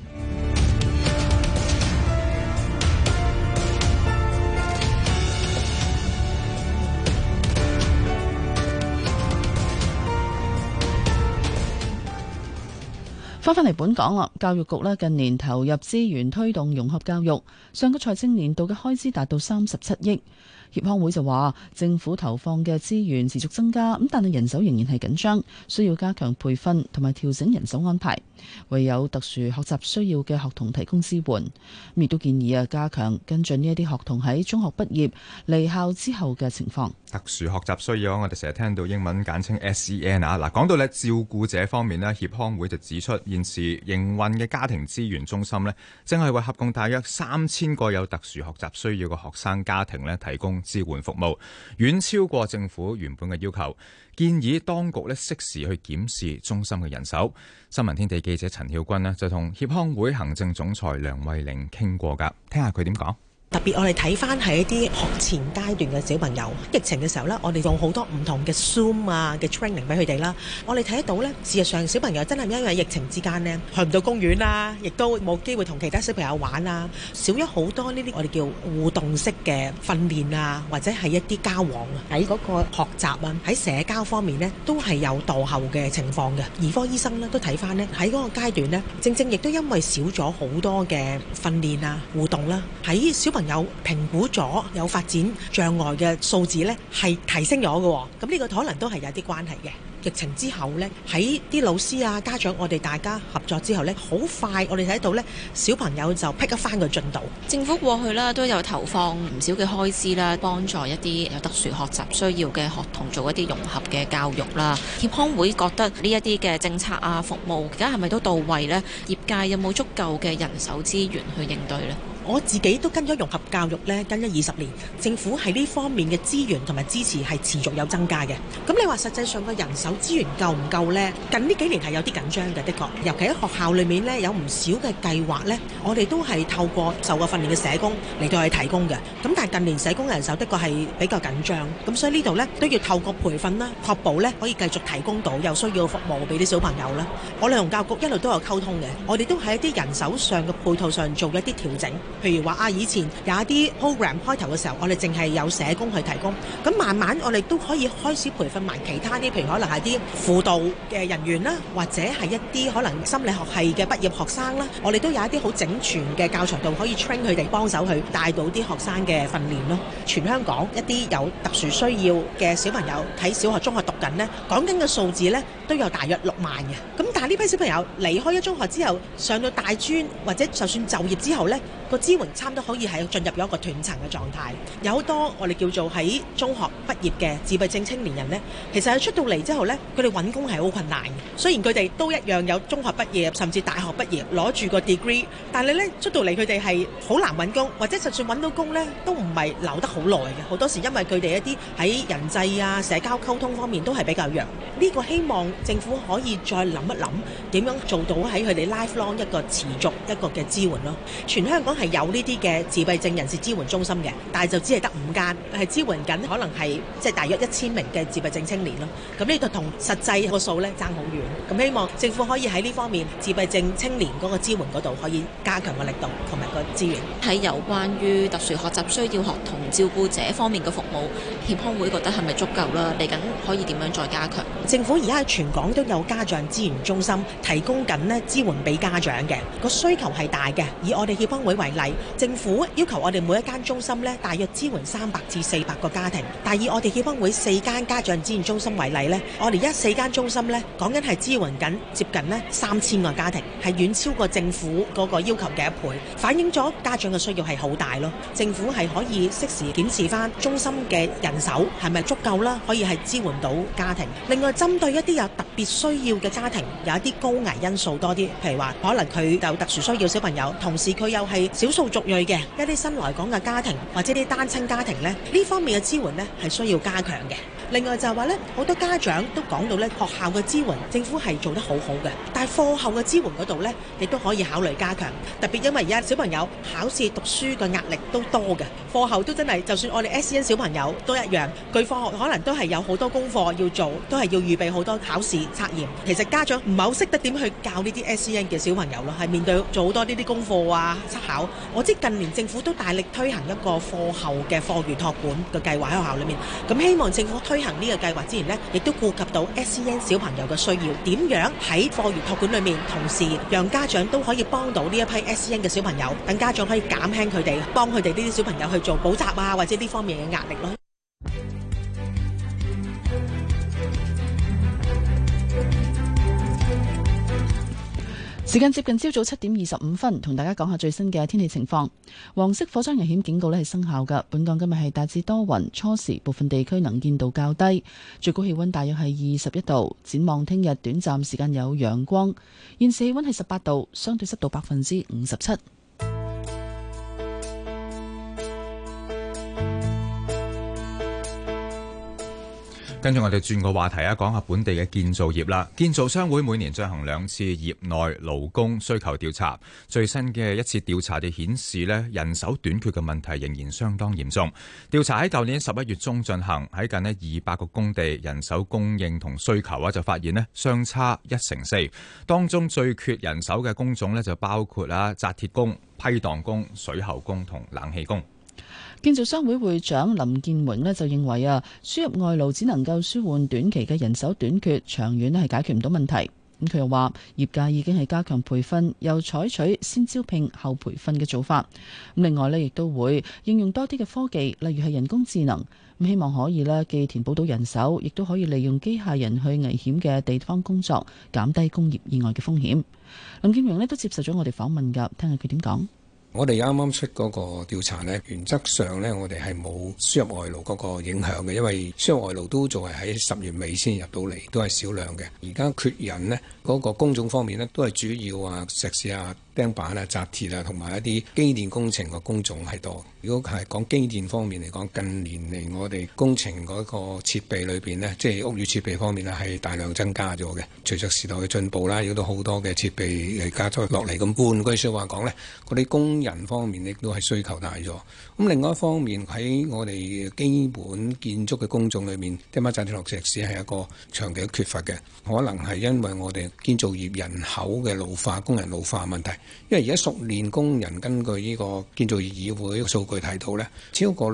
翻返嚟本港啦，教育局咧近年投入資源推動融合教育，上個財政年度嘅開支達到37億。協康會就話，政府投放嘅資源持續增加，咁但係人手仍然係緊張，需要加強培訓同埋調整人手安排，為有特殊學習需要嘅學童提供支援。亦都建議加強跟進呢一啲學童喺中學畢業離校之後嘅情況。 特殊學習需要，我哋成日聽到英文簡稱 SEN 啊。嗱，講到咧照顧者方面咧，協康會就指出，現時營運嘅家庭資源中心咧，正係為合共大約3000個有特殊學習需要嘅學生家庭咧提供支援服務，遠超過政府原本嘅要求。建議當局咧適時去檢視中心嘅人手。新聞天地記者陳曉君咧就同協康會行政總裁梁慧玲傾過㗎，聽下佢點講。 特別我哋睇翻係一啲學前階段嘅小朋友，疫情嘅時候呢，我哋用好多唔同嘅 Zoom 啊嘅 training 俾佢哋啦。我哋睇得到呢，事實上小朋友真係因為疫情之間呢，去唔到公園啦，亦都冇機會同其他小朋友玩啊，少咗好多呢啲我哋叫互動式嘅訓練啊，或者係一啲交往啊，喺嗰個學習啊，喺社交方面呢，都係有墮後嘅情況嘅。兒科醫生呢都睇翻呢，喺嗰個階段呢，正正亦都因為少咗好多嘅訓練啊、互動啦，喺小朋友評估咗有發展障礙嘅數字呢係提升咗嘅，咁呢個可能都係有啲關係嘅。疫情之後呢，喺啲老師啊、家長，我哋大家合作之後呢，好快我哋睇到呢，小朋友就 pick up 翻個進度。 政府過去啦都有投放唔少嘅開支啦，幫助一啲有特殊學習需要嘅學童做一啲融合嘅教育啦。協康會覺得呢一啲嘅政策啊、服務而家係咪都到位呢？業界有冇足夠嘅人手資源去應對呢？ 我自己都跟咗融合教育呢，跟咗20年，政府喺呢方面嘅資源同埋支持係持續有增加嘅。咁你話實際上個人手資源夠唔夠呢？近呢幾年係有啲緊張嘅，的確。尤其喺學校裏面呢，有唔少嘅計劃呢，我哋都係透過受過訓練嘅社工嚟到去提供嘅。咁但係近年社工人手的確係比較緊張，咁所以呢度呢，都要透過培訓啦，確保呢可以繼續提供到有需要嘅服務俾啲小朋友啦。我哋同教育局一路都有溝通嘅，我哋都喺一啲人手上嘅配套上做一啲調整。譬如話啊，以前有一啲 program 開頭嘅時候，我哋淨係有社工去提供，咁慢慢我哋都可以開始培訓埋其他啲，譬如可能係啲輔導嘅人員啦，或者係一啲可能心理學系嘅畢業學生啦，我哋都有一啲好整全嘅教材度可以 train 佢哋，幫手去帶到啲學生嘅訓練咯。全香港一啲有特殊需要嘅小朋友喺小學、中學讀緊呢，講緊嘅數字呢都有大約6萬嘅。咁但係呢批小朋友離開咗中學之後，上到大專或者就算就業之後呢，個支援差唔多可以係進入咗一個斷層嘅狀態。有好多我哋叫做喺中學畢業嘅自閉症青年人呢，其實係出到嚟之後呢，佢哋揾工係好困難嘅。雖然佢哋都一樣有中學畢業甚至大學畢業攞住個 degree， 但係呢出到嚟佢哋係好難揾工，或者就算揾到工呢，都唔係留得好耐嘅。好多時因為佢哋一啲喺人際啊、社交溝通方面都係比較弱。呢個希望政府可以再諗一諗點樣做到喺佢哋 lifelong 一個持續一個嘅支援咯。全香港係有呢啲嘅自閉症人士支援中心嘅，但係就只係得5間，係支援緊可能係即係大約1000名嘅自閉症青年咯。咁呢度同實際個數咧爭好遠。咁希望政府可以喺呢方面自閉症青年嗰個支援嗰度可以加強個力度同埋個資源。 喺有關於特殊學習需要學童照顧者方面嘅服務，協康會覺得係咪足夠啦？嚟緊可以點樣再加強？ 政府而家喺全港都有家長資源中心提供緊呢支援俾家長嘅，個需求係大嘅。以我哋協康會為為例，政府要求我哋每一間中心呢，大約支援300至400個家庭。但以我哋協幫會4間家長支援中心為例呢，我哋4間中心呢，講緊係支援緊接近呢3000個家庭，係遠超過政府嗰個要求嘅1倍，反映咗家長嘅需要係好大咯。政府係可以適時檢視翻中心嘅人手係咪足夠啦，可以係支援到家庭。另外針對一啲有特別需要嘅家庭，有一啲高危因素多啲，譬如話可能佢有特殊需要小朋友，同時佢又係少數族裔嘅一啲新來港嘅家庭，或者啲單親家庭呢，呢方面嘅支援呢係需要加強嘅。另外就係話呢，好多家長都講到呢，學校嘅支援政府係做得好好嘅，但係課後嘅支援嗰度呢，亦都可以考慮加強。特別因為而家小朋友考試讀書嘅壓力都多嘅，課後都真係就算我哋 SEN 小朋友都一樣，佢課學可能都係有好多功課要做，都係要預備好多考試測驗。其實家長唔係好識得點去教呢啲 SEN 嘅小朋友咯，係面對做好多呢啲功課啊、測考。我知近年政府都大力推行一個課後嘅課餘託管嘅計劃喺學校裏面，咁希望政府推行呢個計劃之前呢，亦都顧及到 SEN 小朋友嘅需要，點樣喺課餘託管裏面，同時讓家長都可以幫到呢一批 SEN 嘅小朋友，等家長可以減輕佢哋，幫佢哋呢啲小朋友去做補習啊，或者呢方面嘅壓力咯。 時間接近朝早7點25分，同大家講下最新嘅天氣情況。黃色火災危險警告咧係生效嘅。本港今日係大致多雲，初時部分地區能見度較低，最高氣溫大約係21度。展望聽日短暫時間有陽光。現時氣溫係18度，相對濕度57%。 跟住我哋轉個話題啊，講下本地嘅建造業啦。建造商會每年進行2次業內勞工需求調查，最新嘅一次調查就顯示咧，人手短缺嘅問題仍然相當嚴重。調查喺舊年11月中進行，喺近200個工地人手供應同需求就發現咧相差1成4。當中最缺人手嘅工種咧就包括紮鐵工、批盪工、水喉工同冷氣工。 建造商會會長林建榮就認為輸入外勞只能夠舒緩短期嘅人手短缺，長遠係解決唔到問題。咁佢又話業界已經係加強培訓，又採取先招聘後培訓嘅做法。咁另外亦都會應用多啲嘅科技，例如係人工智能。咁希望可以既填補到人手，亦都可以利用機械人去危險嘅地方工作，減低工業意外嘅風險。林建榮都接受咗我哋訪問㗎，聽下佢點講。 我哋啱啱出嗰個調查呢，原則上呢，我哋係冇輸入外勞嗰個影響嘅，因為輸入外勞都仲係喺10月尾先入到嚟，都係少量嘅。而家缺人呢，嗰個工種方面呢，都係主要石屎釘板紮鐵同埋一啲機電工程嘅工種係多。如果係講機電方面嚟講，近年嚟我哋工程嗰個設備裏邊呢，即係屋宇設備方面呢，係大量增加咗嘅。隨着時代嘅進步啦，亦都好多嘅設備加咗落嚟。咁換句説話講呢，嗰啲工人方面亦都係需求大咗。咁另外一方面喺我哋基本建築嘅工種裏面，釘板紮鐵落石屎係一個長期缺乏嘅，可能係因為我哋建造業人口嘅老化、工人老化問題。因為而家熟練工人根據呢個建造業議會數據睇到呢，超過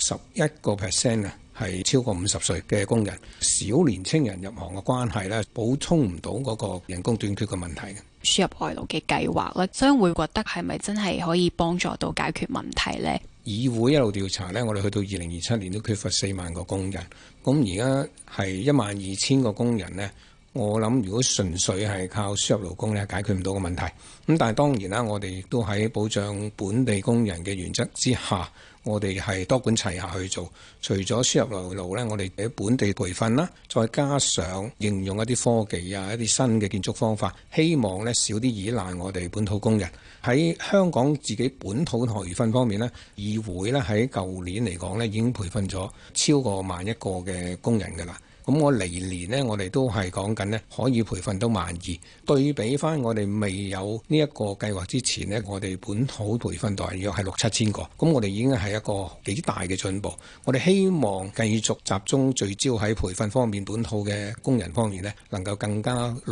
61% 係超過50歲嘅工人，少年青人入行嘅關係呢，補充唔到嗰個人工短缺嘅問題嘅。 輸入外勞嘅計劃咧，商會覺得係咪真係可以幫助到解決問題呢？ 議會一路調查呢，我哋去到2027年都缺乏4萬個工人，咁而家係12000個工人呢。我諗如果純粹係靠輸入勞工咧，解決唔到個問題。咁但係當然啦，我哋亦都喺保障本地工人嘅原則之下，我哋係多管齊下去做。除咗輸入外勞咧，我哋喺本地培訓啦，再加上應用一啲科技一啲新嘅建築方法，希望咧少啲依賴我哋本土工人。喺香港自己本土培訓方面咧，議會咧喺舊年嚟講咧已經培訓咗超過11000個嘅工人㗎啦。咁我嚟年呢，我哋都係講緊呢，可以培訓到12000。對比翻我哋未有呢一個計劃之前呢，我哋本土培訓大約係6-7千個。咁我哋已經係一個幾大嘅進步。我哋希望繼續集中聚焦喺培訓方面，本土嘅工人方面呢，能夠更加落力，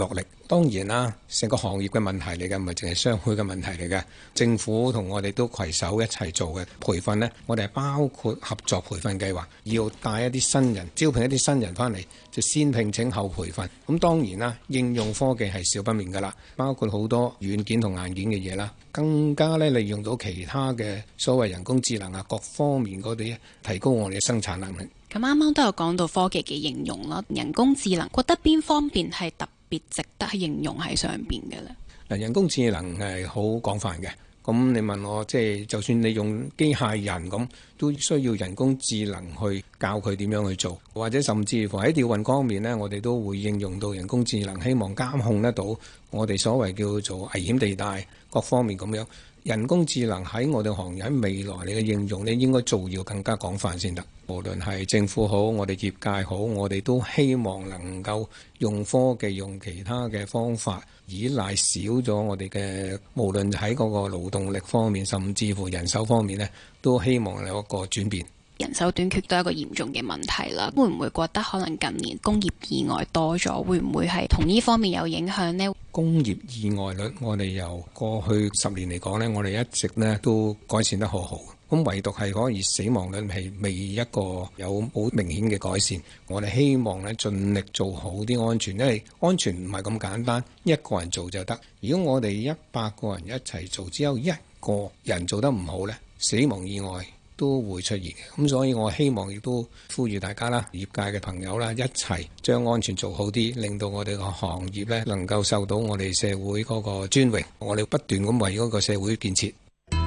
當然啦，成個行業嘅問題嚟嘅，唔係淨係商會嘅問題嚟嘅。政府同我哋都攜手一齊做嘅培訓呢，我哋係包括合作培訓計劃，要帶一啲新人，招聘一啲新人翻嚟，就先聘請後培訓。咁當然啦，應用科技係少不免㗎啦，包括好多軟件同硬件嘅嘢啦，更加咧利用到其他嘅所謂人工智能啊，各方面嗰啲提高我哋嘅生產能力。 咁啱啱都有講到科技嘅應用啦，人工智能覺得邊方面係特別值得應用喺上邊嘅咧？ 嗱，人工智能係好廣泛嘅。咁你問我，就算你用機械人咁，都需要人工智能去教佢點樣去做，或者甚至乎喺調運方面呢，我哋都會應用到人工智能，希望監控得到我哋所謂叫做危險地帶各方面咁樣。人工智能喺我哋行業喺未來你嘅應用呢，應該做要更加廣泛先得。無論係政府好，我哋業界好，我哋都希望能夠用科技，用其他嘅方法，依賴少咗我哋嘅，無論喺嗰個勞動力方面，甚至乎人手方面呢，都希望有一個轉變。 人手短缺都係一個嚴重嘅問題啦，會唔會覺得可能近年工業意外多咗，會唔會係同呢方面有影響呢？ 工業意外率我哋由過去10年嚟講呢，我哋一直呢都改善得好好。咁唯獨係可以死亡率係未一個有好明顯嘅改善。我哋希望呢盡力做好啲安全，因為安全唔係咁簡單，一個人做就得。如果我哋100個人一齊做，只有一個人做得唔好呢，死亡意外都會出現嘅。咁所以我希望亦都呼籲大家啦，業界嘅朋友啦，一齊將安全做好啲，令到我哋個行業呢能夠受到我哋社會嗰個尊榮。我哋不斷咁為嗰個社會建設。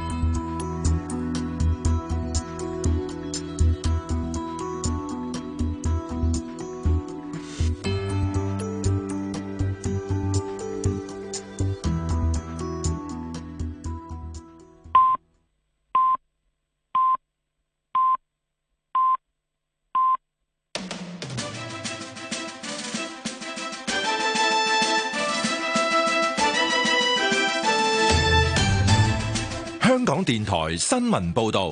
香港電台新聞報道，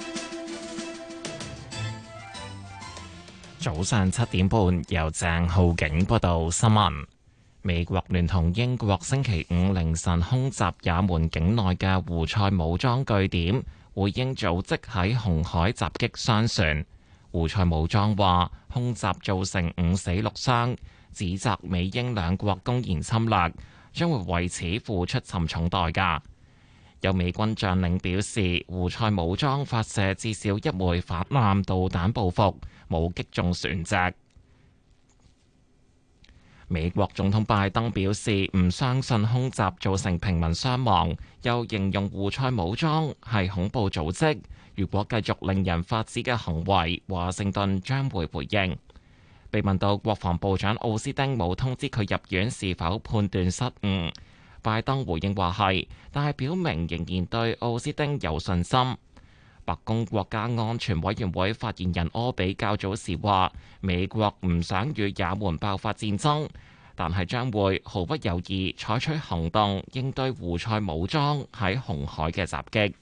早上7點半，由鄭浩景報道新聞。美國聯同英國星期5凌晨空襲也門境內嘅胡塞武裝據點，回應組織喺紅海襲擊商船。胡塞武裝話空襲造成5死6傷，指責美英兩國公然侵略，將會為此付出沉重代價。有美軍將領表示，胡塞武裝發射至少1枚反艦導彈報復，冇擊中船隻。美國總統拜登表示唔相信空襲造成平民傷亡，又形容胡塞武裝係恐怖組織。如果繼續令人髮指嘅行為，華盛頓將會回應。被問到國防部長奧斯汀冇通知佢入院是否判斷失誤，拜登回應話係，但係表明仍然對奧斯汀有信心。白宮國家安全委員會發言人柯比較早時話，美國唔想與也門爆發戰爭，但係將會毫不猶豫採取行動應對胡塞武裝喺紅海嘅襲擊。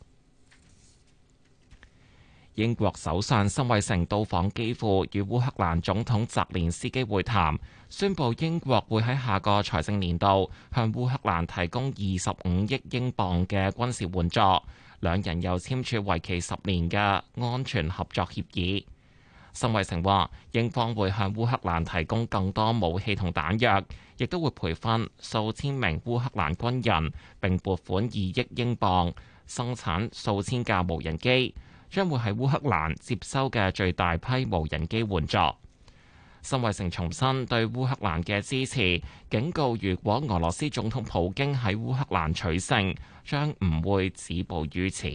英國首相辛偉誠到訪基輔，與烏克蘭總統澤連斯基會談，宣布英國會喺下個財政年度向烏克蘭提供25億英鎊嘅軍事援助。兩人又簽署為期10年嘅安全合作協議。辛偉誠話，英方會向烏克蘭提供更多武器同彈藥，亦都會培訓數千名烏克蘭軍人，並撥款2億英鎊生產數千架無人機，將會係烏克蘭接收嘅最大批無人機援助。辛偉誠重申對烏克蘭嘅支持，警告如果俄羅斯總統普京喺烏克蘭取勝，將唔會止步於此。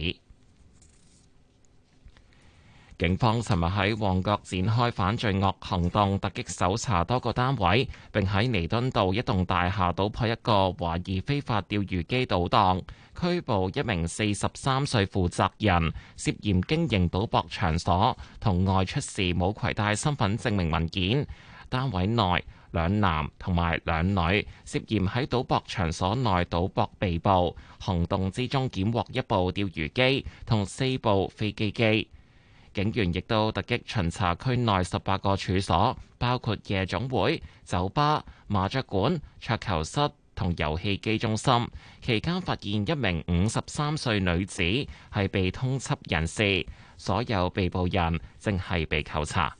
警方尋日喺旺角展開反罪惡行動，突擊搜查多個單位，並喺彌敦道一棟大廈搗破一個懷疑非法釣魚機賭檔，拘捕一名43歲負責人，涉嫌經營賭博場所同外出時冇攜帶身份證明文件。單位內2男同埋2女涉嫌喺賭博場所內賭博被捕。行動之中檢獲1部釣魚機同4部飛機機。 警員亦都突擊巡查區內18個處所，包括夜總會、酒吧、麻雀館、桌球室同遊戲機中心。期間發現一名53歲女子係被通緝人士，所有被捕人正係被扣查。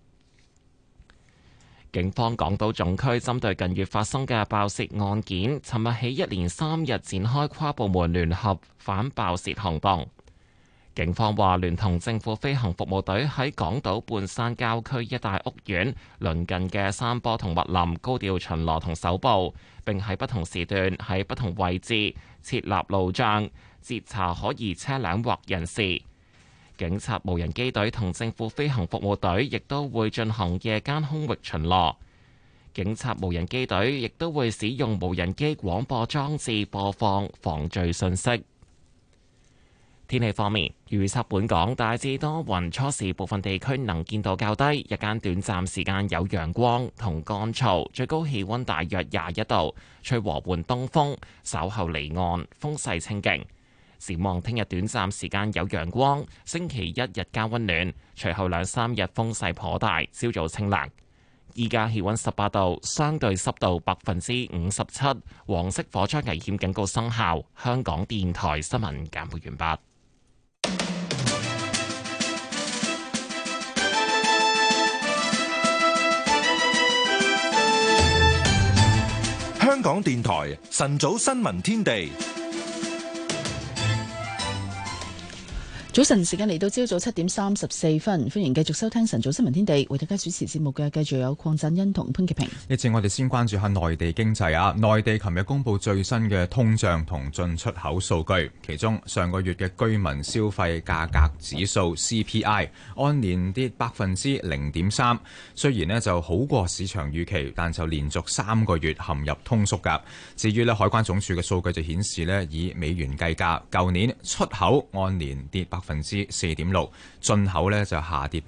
警方港島總區針對近月發生嘅爆竊案件，尋日起一連3日展開跨部門聯合反爆竊行動。警方話聯同政府飛行服務隊喺港島半山郊區一帶屋苑鄰近嘅山坡同密林高調巡邏同搜捕，並喺不同時段喺不同位置設立路障，截查可疑車輛或人士。警察無人機隊同政府飛行服務隊亦都會進行夜間空域巡邏。警察無人機隊亦都會使用無人機廣播裝置播放防罪信息。天氣方面，預測本港大致多雲，初時部分地區能見度較低，日間短暫時間有陽光同乾燥，最高氣溫大約21度，吹和緩東風，稍後離岸，風勢清勁。展望聽日短暫時間有陽光，星期一日間溫暖，隨後2-3日風勢頗大，朝早清涼。依家氣溫18度，相對濕度57%，黃色火災危險警告生效。香港電台新聞簡報完畢。 香港電台晨早新聞天地。 早晨時間嚟到朝早7點34分，歡迎繼續收聽晨早新聞天地，為大家主持節目嘅繼續有鄺振欣同潘潔平。 呢次我哋先關注下內地經濟啊，內地琴日公布最新嘅通脹同進出口數據，其中上個月嘅居民消費價格指數 CPI 按年跌0.3%，雖然呢就好過市場預期，但就連續3個月陷入通縮㗎。至於呢海關總署嘅數據就顯示呢，以美元計價，舊年出口按年跌4.6%，進口呢就下跌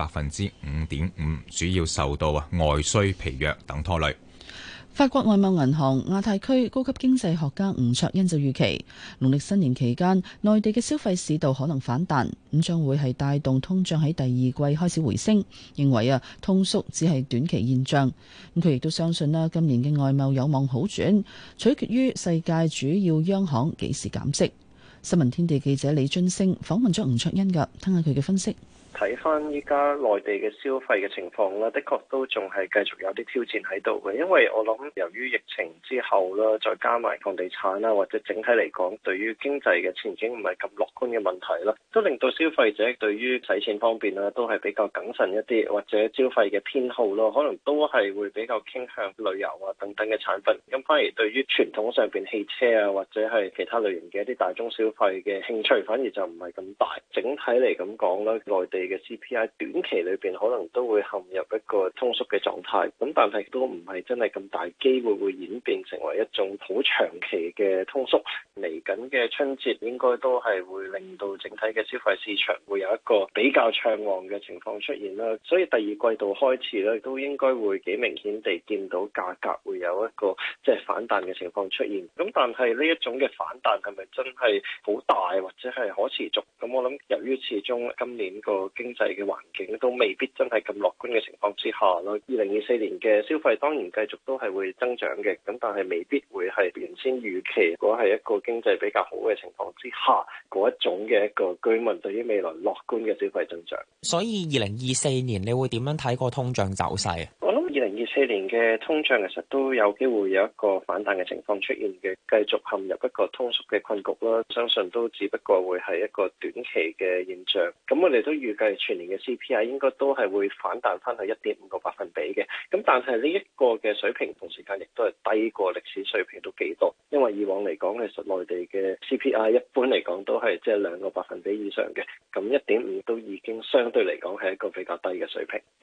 5.5%，主要受到外需疲弱等拖累。 法國外貿銀行亞太區高級經濟學家吳卓恩就預期，農曆新年期間內地嘅消費市道可能反彈，咁將會係帶動通脹喺第二季開始回升。認為通縮只係短期現象。咁佢亦都相信啦，今年嘅外貿有望好轉，取決於世界主要央行幾時減息。新聞天地記者李津升訪問咗吳卓恩㗎，聽下佢嘅分析。 睇翻依家內地嘅消費嘅情況啦，的確都仲係繼續有啲挑戰喺度嘅，因為我諗由於疫情之後啦，再加埋房地產啦，或者整體嚟講對於經濟嘅前景唔係咁樂觀嘅問題啦，都令到消費者對於使錢方面啦都係比較謹慎一啲，或者消費嘅偏好咯，可能都係會比較傾向旅遊啊等等嘅產品。咁反而對於傳統上邊汽車啊或者係其他類型嘅一啲大宗消費嘅興趣，反而就唔係咁大。整體嚟咁講啦，內地嘅 CPI 短期裏邊可能都會陷入一個通縮嘅狀態，咁但係都唔係真係咁大機會會演變成為一種好長期嘅通縮。嚟緊嘅春節應該都係會令到整體嘅消費市場會有一個比較暢旺嘅情況出現啦，所以第二季度開始咧都應該會幾明顯地見到價格會有一個反彈嘅情況出現。咁但係呢一種嘅反彈係咪真係好大或者係可持續？咁我諗由於始終今年個經濟嘅環境都未必真係咁樂觀嘅情況之下啦，2024年嘅消費當然繼續都係會增長嘅，咁但係未必會係原先預期如果係一個經濟比較好嘅情況之下嗰一種嘅一個居民對於未來樂觀嘅消費增長。 所以2024年你會點樣睇個通脹走勢？ 我諗2024年嘅通脹其實都有機會有一個反彈嘅情況出現嘅，繼續陷入一個通縮嘅困局啦。相信都只不過會係一個短期嘅現象。咁我哋都預計全年嘅 CPI 應該都係會反彈翻去1.5個百分比嘅。咁但係呢一個嘅水平同時間亦都係低過歷史水平都幾多。因為以往嚟講，其實內地嘅 CPI 一般嚟講都係2個百分比以上嘅。咁1.5都已經相對嚟講係一個比較低嘅水平，亦都代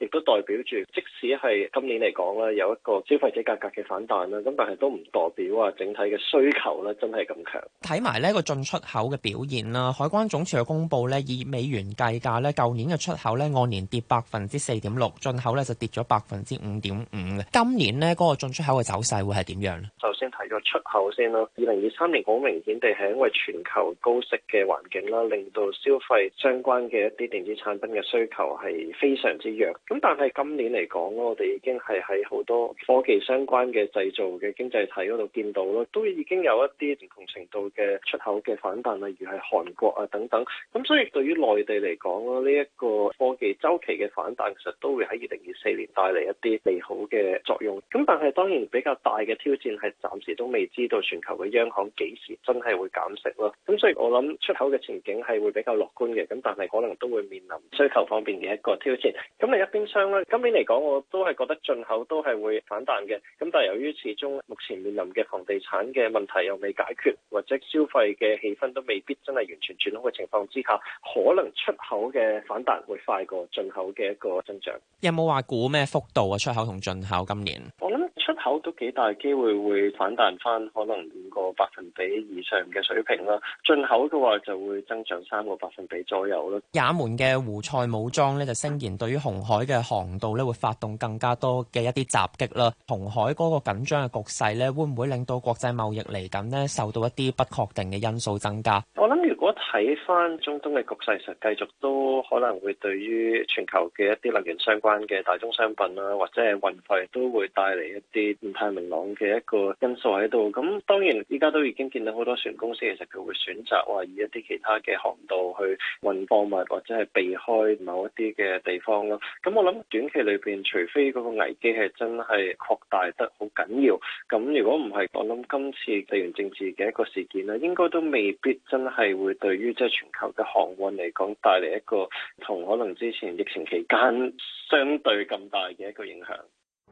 表住即使係今年嚟講啦，有一個消費者價格嘅反彈啦，咁但係都唔代表話整體嘅需求咧真係咁強。 睇埋呢個進出口嘅表現啦，海關總署嘅公佈咧，以美元計價咧，舊年嘅出口咧按年跌4.6%，進口咧就跌咗5.5%嘅。今年呢嗰個進出口嘅走勢會係點樣咧？ 首先睇咗出口先啦，2023年好明顯地係因為全球高息嘅環境啦，令到消費相關嘅一啲電子產品嘅需求係非常之弱。咁但係今年嚟講，我哋已經係喺好多科技相關嘅製造嘅經濟體嗰度見到咯，都已經有一啲唔同程度嘅出口嘅反彈，例如係韓國啊等等。咁所以對於內地嚟講咯，呢一個科技週期嘅反彈，其實都會喺2024年帶嚟一啲利好嘅作用。咁但係當然比較大嘅挑戰係暫時都未知道全球嘅央行幾時真係會減息咯。咁所以我諗出口嘅前景係會比較樂觀嘅，咁但係可能都會面臨需求方面嘅一個挑戰。咁另一邊廂咧，今年嚟講我都係覺得進口都係會反彈嘅。咁但係由於始終目前面臨嘅房地產嘅問題又未解決，或者消費嘅氣氛都未必真係完全轉好嘅情況之下，可能出口嘅反彈會快過進口嘅一個增長。 有冇話估咩幅度啊？出口同進口今年？ 我諗出口都幾大機會會反彈翻，可能5個百分比以上嘅水平啦。進口嘅話就會增長3個百分比左右啦。 也門嘅胡塞武裝咧就聲言對於紅海嘅航道咧會發動更加多嘅一啲襲擊啦。紅海嗰個緊張嘅局勢咧，會唔會令到國際貿易嚟緊呢受到一啲不確定嘅因素增加？ 我諗如果睇翻中東嘅局勢，實繼續都可能會對於全球嘅一啲能源相關嘅大宗商品啦，或者係運費都會帶嚟一啲唔太明朗嘅一個因素喺度。咁當然依家都已經見到好多船公司其實佢會選擇話以一啲其他嘅航道去運貨物，或者係避開某一啲嘅地方咯。咁我諗短期裏邊，除非嗰個危機係真係擴大得好緊要，咁如果唔係，我諗今次地緣政治嘅一個事件咧，應該都未必真係會對於即係全球嘅航運嚟講帶嚟一個同可能之前疫情期間相對咁大嘅一個影響。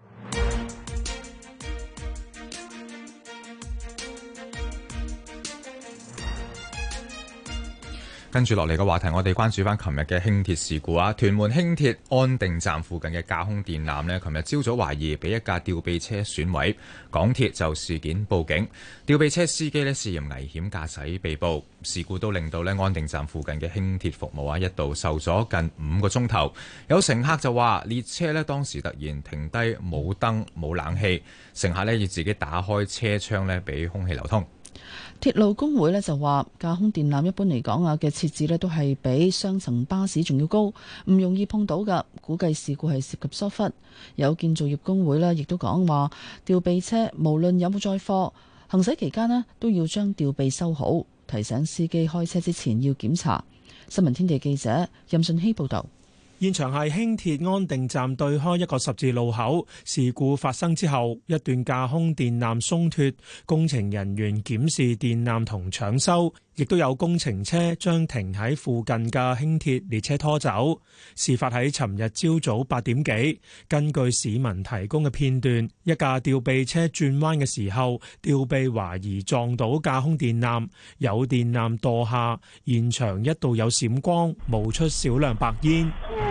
跟住落嚟嘅話題，我哋關注翻琴日嘅輕鐵事故啊！屯門輕鐵安定站附近嘅架空電纜呢，琴日朝早懷疑俾一架吊臂車損毀，港鐵就事件報警，吊臂車司機呢涉嫌危險駕駛被捕。事故都令到呢安定站附近嘅輕鐵服務一度受阻近5個鐘頭。有乘客就話列車呢當時突然停低，冇燈冇冷氣，乘客呢要自己打開車窗呢俾空氣流通。 鐵路工會就話，架空電纜一般嚟講嘅設置都係比雙層巴士仲要高，唔容易碰到㗎。估計事故係涉及疏忽。有建造業工會亦都講話，吊臂車無論有冇載貨，行駛期間都要將吊臂收好，提醒司機開車之前要檢查。新聞天地記者任順希報導。 現場係輕鐵安定站對開一個十字路口，事故發生之後，一段架空電纜鬆脫，工程人員檢視電纜同搶修，亦都有工程車將停喺附近嘅輕鐵列車拖走。事發喺尋日朝早8點幾，根據市民提供嘅片段，一架吊臂車轉彎嘅時候，吊臂懷疑撞到架空電纜，有電纜墮下，現場一度有閃光，冒出少量白煙。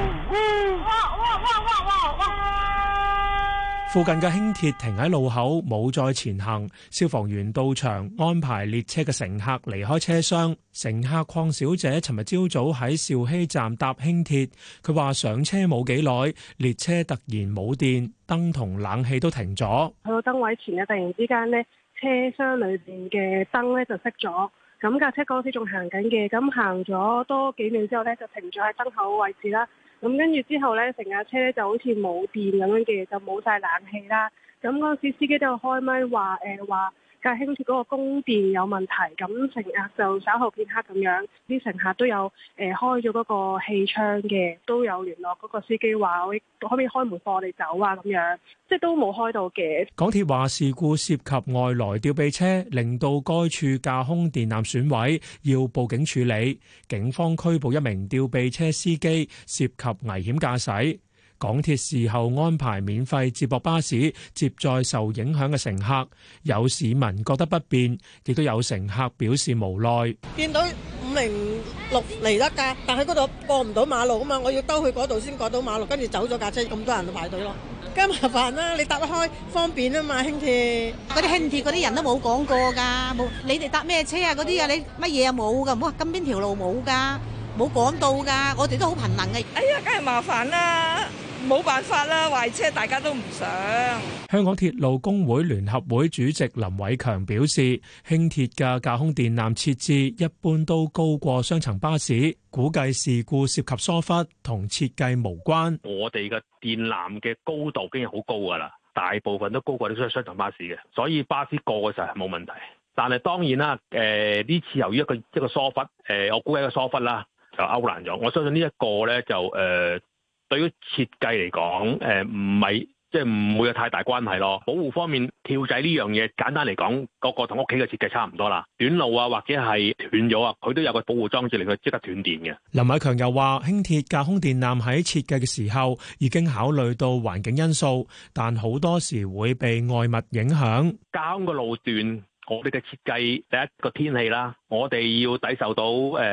附近嘅輕鐵停喺路口，冇再前行。消防員到場安排列車嘅乘客離開車廂。乘客鄺小姐尋日朝早喺兆禧站搭輕鐵，佢話上車冇幾耐，列車突然冇電，燈同冷氣都停咗。 去到燈位前突然之間呢，車廂裏邊嘅燈呢就熄咗。咁架車嗰時仲行緊嘅，咁行咗多幾秒之後呢，就停咗喺燈口位置啦。咁跟住之後呢，成架車咧就好似冇電咁樣嘅，就冇晒冷氣啦。咁嗰時司機都有開咪話架輕鐵嗰個供電有問題，咁乘客就稍後片刻咁樣，啲乘客都有開咗嗰個氣窗嘅，都有聯絡嗰個司機話可唔可以開門放我哋走啊咁樣，即係都冇開到嘅。 港鐵話事故涉及外來吊臂車，令到該處架空電纜損毀，要報警處理。警方拘捕一名吊臂車司機，涉及危險駕駛。港鐵事後安排免費接駁巴士接載受影響嘅乘客，有市民覺得不便，亦都有乘客表示無奈。 見到5 506嚟得㗎，但係嗰度過唔到馬路啊嘛，我要兜去嗰度先過到馬路，跟住走咗架車，咁多人都排隊咯。梗麻煩啦，你搭得開方便啊嘛，輕鐵嗰啲輕鐵嗰啲人都冇講過㗎，冇你哋搭咩車啊嗰啲啊，你乜嘢啊冇㗎，唔好話咁邊條路冇㗎，冇講到㗎，我哋都好頻能嘅。 哎呀，梗係麻煩啦，冇辦法啦，壞車大家都唔想。 香港鐵路工會聯合會主席林偉強表示，輕鐵嘅架空電纜設置一般都高過雙層巴士，估計事故涉及疏忽同設計無關。 我哋嘅電纜嘅高度已經好高㗎啦，大部分都高過啲雙層巴士嘅，所以巴士過嘅時候係冇問題。但係當然啦，呢次由於一個疏忽，我估計一個疏忽啦，就勾爛咗。我相信呢一個咧就對於設計嚟講，唔係即係唔會有太大關係咯。保護方面，跳掣呢樣嘢簡單嚟講，個同屋企嘅設計差唔多啦。短路啊，或者係斷咗啊，佢都有個保護裝置令佢即刻斷電嘅。 林偉強又話，輕鐵架空電纜喺設計嘅時候已經考慮到環境因素，但好多時會被外物影響。 架空個路段，我哋嘅設計第一個天氣啦，我哋要抵受到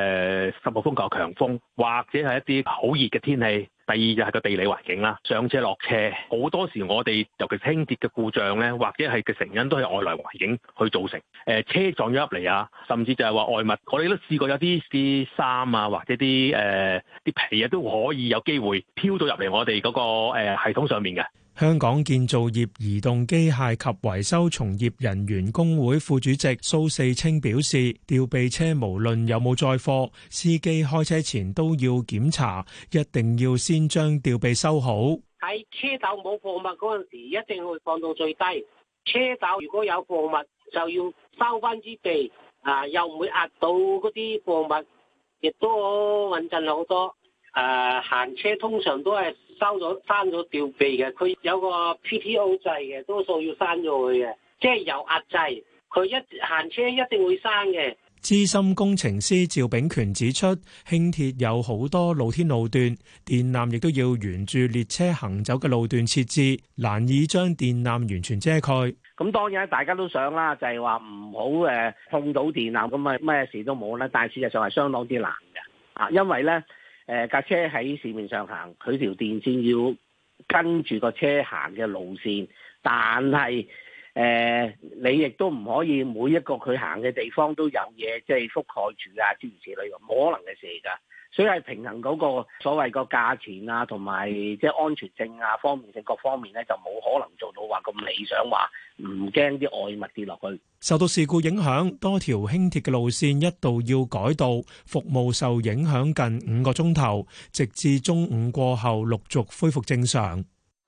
10號風球強風，或者係一啲好熱嘅天氣。第二就係個地理環境啦，上車落車好多時我哋尤其輕鐵嘅故障咧，或者係嘅成因都係外來環境去造成。車撞咗入嚟啊，甚至就係話外物，我哋都試過有啲衫啊，或者啲皮啊都可以有機會飄到入嚟我哋嗰個系統上面嘅。 香港建造業移動機械及維修從業人員工會副主席蘇四清表示，吊臂車無論有冇載貨，司機開車前都要檢查，一定要先將吊臂收好。 喺車斗冇貨物嗰陣時，一定會放到最低。車斗如果有貨物，就要收翻支臂，又唔會壓到嗰啲貨物，亦都穩陣好多。行車通常都係閂咗吊臂嘅，佢有個 PTO 掣嘅，多數要閂咗佢嘅，即係有壓掣，佢一行車一定會閂嘅。 資深工程師趙炳權指出，輕鐵有好多露天路段，電纜亦都要沿住列車行走嘅路段設置，難以將電纜完全遮蓋。 咁當然大家都想啦，就係話唔好碰到電纜，咁啊咩事都冇啦。但係事實上係相當之難嘅，因為咧。架車喺市面上行，佢條電線要跟住個車行嘅路線，但係你亦都唔可以每一個佢行嘅地方都有嘢即係覆蓋住啊，諸如此類，冇可能嘅事嚟㗎。所以係平衡嗰個所謂個價錢啊，同埋即係安全性啊、方便性各方面咧，就冇可能做到話咁理想，話唔驚啲外物跌落去。 受到事故影響，多條輕鐵嘅路線一度要改道，服務受影響近5個鐘頭，直至中午過後陸續恢復正常。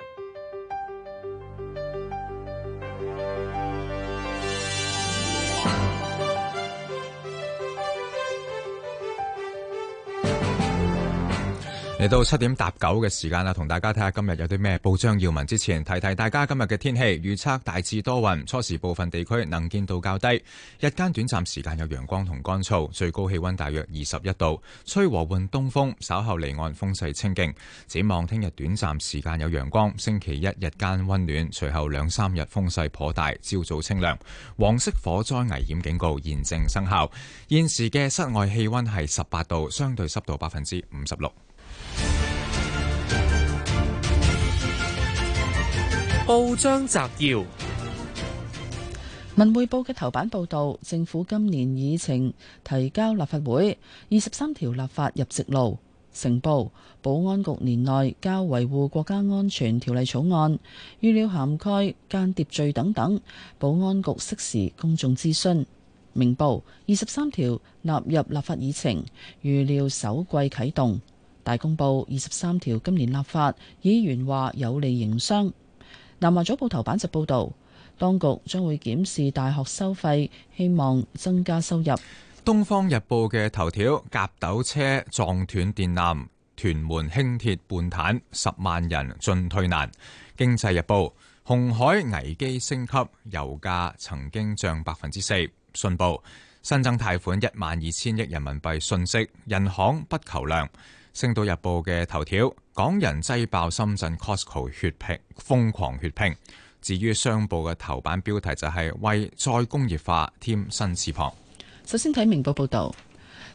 嚟到7點搭9嘅時間啦，同大家睇下今日有啲咩報章要聞。之前提大家今日嘅天氣預測，大致多雲，初時部分地區能見度較低，日間短暫時間有陽光同乾燥，最高氣溫大約21度，吹和緩東風，稍後離岸風勢清勁。展望聽日短暫時間有陽光，星期一日間溫暖，隨後2-3日風勢頗大，朝早清涼。黃色火災危險警告現正生效。現時嘅室外氣溫係18度，相對濕度56%。 報章摘要： 文匯報嘅頭版報道，政府今年議程提交立法會23條立法入直路。成報，保安局年內交維護國家安全條例草案，預料涵蓋間諜罪等等，保安局適時公眾諮詢。明報，23條納入立法議程，預料首季啟動。大公報，23條今年立法，議員話有利營商。南華早報頭版就報導，當局將會檢視大學收費，希望增加收入。 東方日報嘅頭條：甲斗車撞斷電纜，屯門輕鐵半癱，10萬人進退難。經濟日報：紅海危機升級，油價曾經漲4%。信報：新增貸款12000億人民幣訊息，人行不求量。星島日報嘅頭條：港人擠爆深圳 Costco 血拼，瘋狂血拼。至於商報嘅頭版標題就係為再工業化添新翅膀。 首先睇明報報導。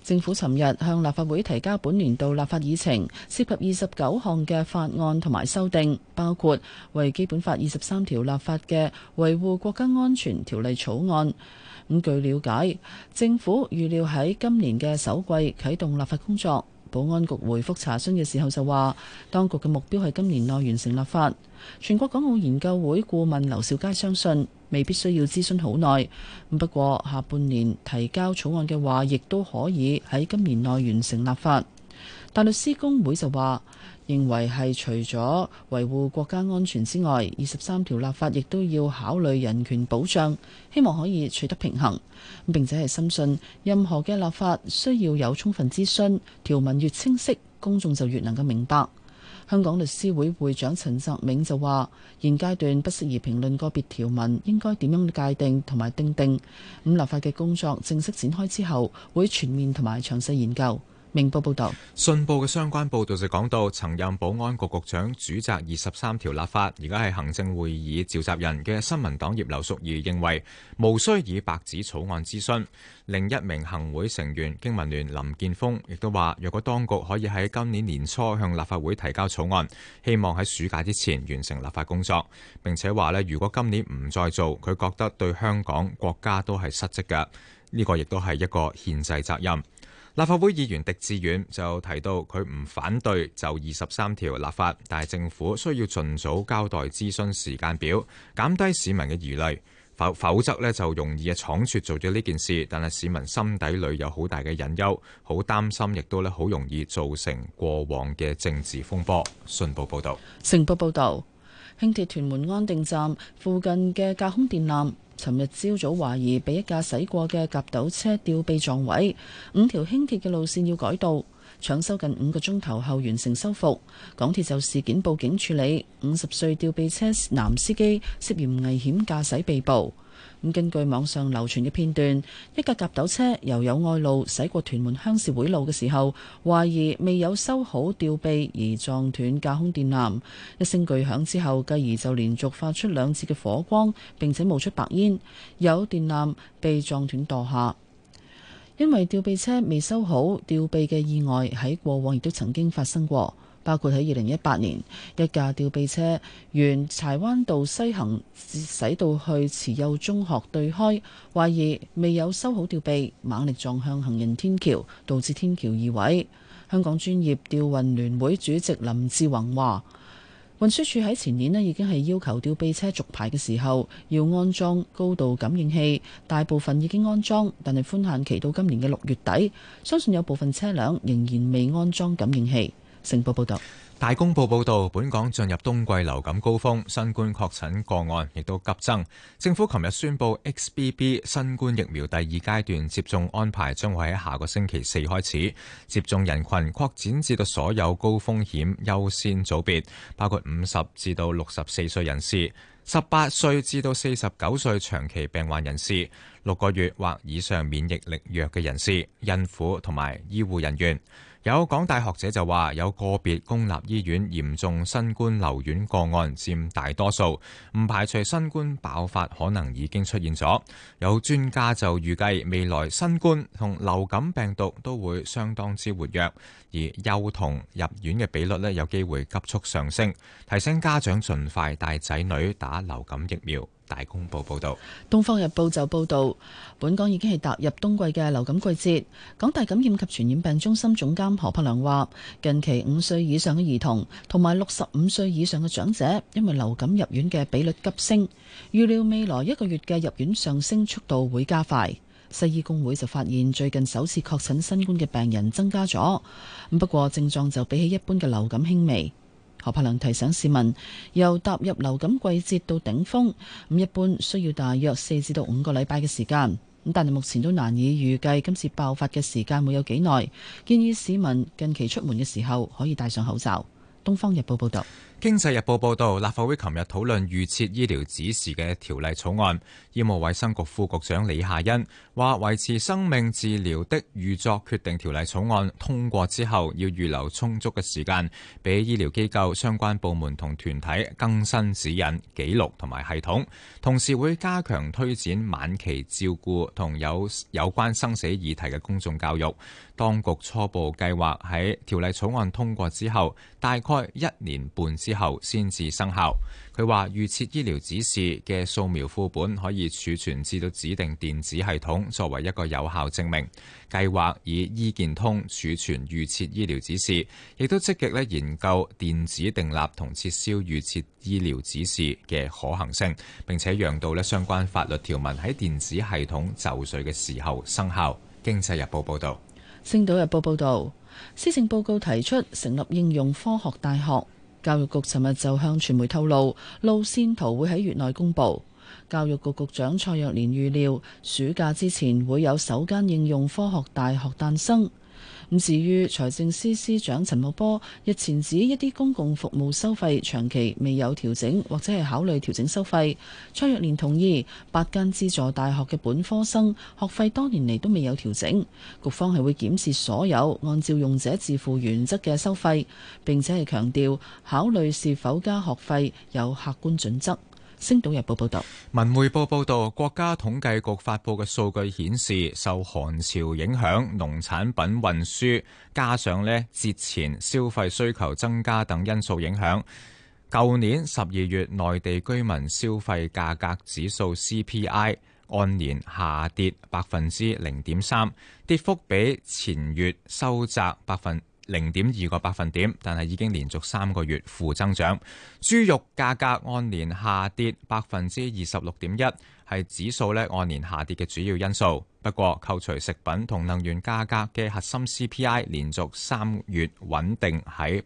政府尋日向立法會提交本年度立法議程，涉及29項嘅法案同埋修訂，包括為基本法23條立法嘅維護國家安全條例草案。據了解，政府預料喺今年嘅首季啟動立法工作。保安局回覆查詢嘅時候就話，當局嘅目標係今年內完成立法。全國港澳研究會顧問劉兆佳相信未必需要諮詢好耐，不過下半年提交草案嘅話，亦都可以喺今年內完成立法。大律師公會就話，認為係除咗維護國家安全之外，23條立法亦都要考慮人權保障，希望可以取得平衡。並且係深信任何嘅立法需要有充分諮詢，條文越清晰，公眾就越能夠明白。香港律師會會長陳澤銘就話，現階段不適宜評論個別條文應該點樣界定同埋訂定。立法嘅工作正式展開之後，會全面同埋詳細研究。明報報道， 信報嘅相關報導就講到，曾任保安局局長主責23條立法，而家係行政會議召集人嘅新民黨葉劉淑儀認為，無需以白紙草案諮詢。另一名行會成員經民聯林健鋒亦都話，若果當局可以喺今年年初向立法會提交草案，希望喺暑假之前完成立法工作。並且話如果今年唔再做，佢覺得對香港國家都係失職嘅，呢個亦都係一個憲制責任。立法會議員狄志遠就提到，佢唔反對就23條立法，但係政府需要盡早交代諮詢時間表，減低市民嘅疑慮，否則就容易倉促做咗呢件事，但係市民心底裏有好大嘅隱憂，好擔心，亦都好容易造成過往嘅政治風波。信報報道。 成報報道，輕鐵屯門安定站附近嘅架空電纜尋日朝早懷疑被一架駛過嘅甲斗車吊臂撞毀，5條輕鐵嘅路線要改道，搶修近5個鐘頭後完成修復。港鐵就事件報警處理，50歲吊臂車男司機涉嫌危險駕駛被捕。根據網上流傳嘅片段，一架甲斗車由友愛路駛過屯門鄉事會路嘅時候，懷疑未有收好吊臂而撞斷架空電纜，一聲巨響之後，繼而就連續發出2次嘅火光，並且冒出白煙，有電纜被撞斷墮下。因為吊臂車未收好吊臂嘅意外喺過往亦都曾經發生過。包括喺2018年，一架吊臂車沿柴灣道西行駛到去慈幼中學對開，懷疑未有收好吊臂，猛力撞向行人天橋，導致天橋移位。香港專業吊運聯會主席林志宏話，運輸署喺前年已經係要求吊臂車續牌嘅時候要安裝高度感應器，大部分已經安裝，但係寬限期到今年嘅6月底，相信有部分車輛仍然未安裝感應器。成報報道。 大公報報導，本港進入冬季流感高峰，新冠確診個案亦都急增。政府琴日宣布 XBB 新冠疫苗第2階段接種安排將會喺下個星期4開始，接種人群擴展至到所有高風險優先組別，包括50至到64歲人士、18歲至到49歲長期病患人士、6個月或以上免疫力弱嘅人士、孕婦同埋醫護人員。有港大學者就話，有個別公立醫院嚴重新冠留院個案佔大多數，唔排除新冠爆發可能已經出現咗。有專家就預計未來新冠同流感病毒都會相當之活躍，而幼童入院嘅比率有機會急速上升，提醒家長盡快帶仔女打流感疫苗。大公報報道。 東方日報就報道，本港已經係踏入冬季嘅流感季節。港大感染及傳染病中心總監何柏良話，近期5歲以上嘅兒童同埋65歲以上嘅長者因為流感入院嘅比率急升，預料未來1個月嘅入院上升速度會加快。西醫工會就發現最近首次確診新冠嘅病人增加咗，不過症狀就比起一般嘅流感輕微。何柏良提醒市民，由踏入流感季節到頂峰，一般需要大約4至到5個禮拜嘅時間。但係目前都難以預計今次爆發嘅時間會有幾耐。建議市民近期出門嘅時候可以戴上口罩。東方日報報道。 經濟日報報導，立法會琴日討論預設醫療指示嘅條例草案。醫務衛生局副局長李夏茵話，維持生命治療的預作決定條例草案通過之後，要預留充足嘅時間，俾醫療機構、相關部門同團體更新指引、記錄同埋系統，同時會加強推展晚期照顧同有關生死議題嘅公眾教育。 當局初步計劃喺條例草案通過之後，大概1年半之後先至生效。佢話預設醫療指示嘅掃描副本可以儲存至到指定電子系統，作為一個有效證明。計劃以醫健通儲存預設醫療指示，亦都積極研究電子訂立同撤銷預設醫療指示嘅可行性，並且讓到相關法律條文喺電子系統就緒嘅時候生效。經濟日報報導。 星島日報報導，施政報告提出成立應用科學大學。教育局尋日就向傳媒透露，路線圖會喺月內公佈。教育局局長蔡若蓮預料，暑假之前會有首間應用科學大學誕生。咁至於財政司司長陳茂波日前指一啲公共服務收費長期未有調整，或者係考慮調整收費。蔡若蓮同意8間資助大學嘅本科生學費多年嚟都未有調整，局方係會檢視所有按照用者自付原則嘅收費，並且係強調考慮是否加學費有客觀準則。星島日報報道。 文匯報報道，國家統計局發佈嘅數據顯示，受寒潮影響，農產品運輸加上節前消費需求增加等因素影響，舊年12月內地居民消費價格指數 CPI 按年下跌 0.3%， 跌幅比前月收窄0.2個百分點，但係已經連續3個月負增長。豬肉價格按年下跌 26.1%， 係指數按年下跌嘅主要因素。不過扣除食品同能源價格嘅核心 CPI 連續3月穩定喺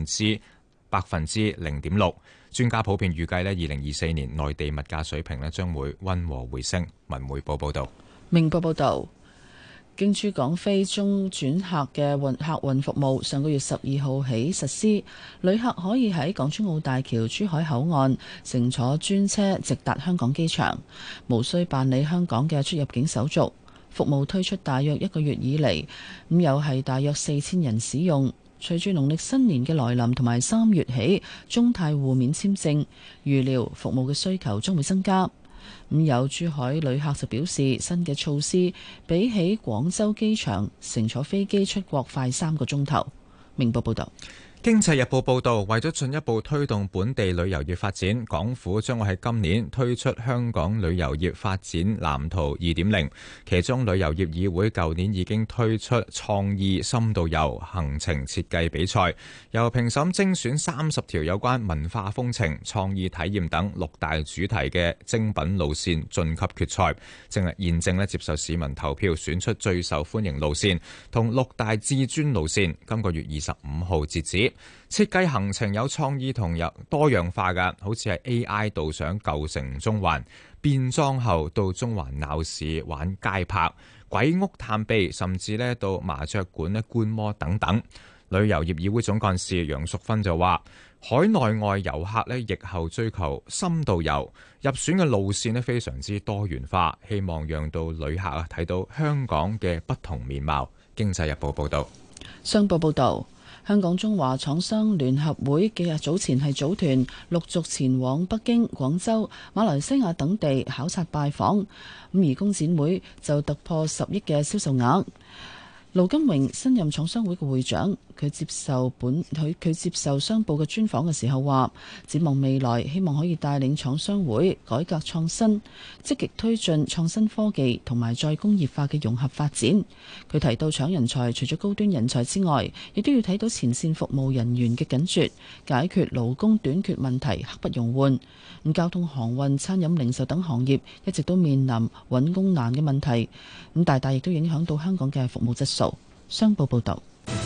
0.6%。專家普遍預計2024年內地物價水平將會溫和回升。文匯報報道。 明報報道。經珠港飛中轉客嘅客運服務上個月12號起實施，旅客可以喺港珠澳大橋珠海口岸乘坐專車直達香港機場，無需辦理香港嘅出入境手續。服務推出大約1個月以嚟，咁又係大約4000人使用。隨住農曆新年嘅來臨同埋3月起中泰互免簽證，預料服務嘅需求將會增加。有珠海旅客就表示，新嘅措施比起廣州機場乘坐飛機出國快3個鐘頭。明報報道。 經濟日報報導，為咗進一步推動本地旅遊業發展，港府將會喺今年推出香港旅遊業發展藍圖 2.0。其中旅遊業議會舊年已經推出創意深度遊行程設計比賽，由評審精選30條有關文化風情、創意體驗等6大主題嘅精品路線晉級決賽，現正接受市民投票選出最受歡迎路線同6大至尊路線，今個月25號截止。設計行程有創意同有多樣化嘅，好似係 AI 導賞舊城中環，變裝後到中環鬧市玩街拍、鬼屋探秘，甚至到麻雀館觀摩等等。旅遊業議會總幹事楊淑芬就話，海內外遊客疫後追求深度遊，入選嘅路線非常之多元化，希望讓到旅客睇到香港嘅不同面貌。經濟日報報道。 商報報導。香港中華廠商聯合會幾日早前係組團陸續前往北京、廣州、馬來西亞等地考察拜訪，而工展會就突破10億嘅銷售額。盧金榮新任廠商會嘅會長，佢接受商報嘅專訪嘅時候話，展望未來，希望可以帶領廠商會改革創新，積極推進創新科技同埋再工業化嘅融合發展。佢提到搶人才，除咗高端人才之外，亦都要睇到前線服務人員嘅緊絀，解決勞工短缺問題，刻不容緩。交通、航運、餐飲、零售等行業一直都面臨揾工難嘅問題，大大亦都影響到香港嘅服務質素。商報報道。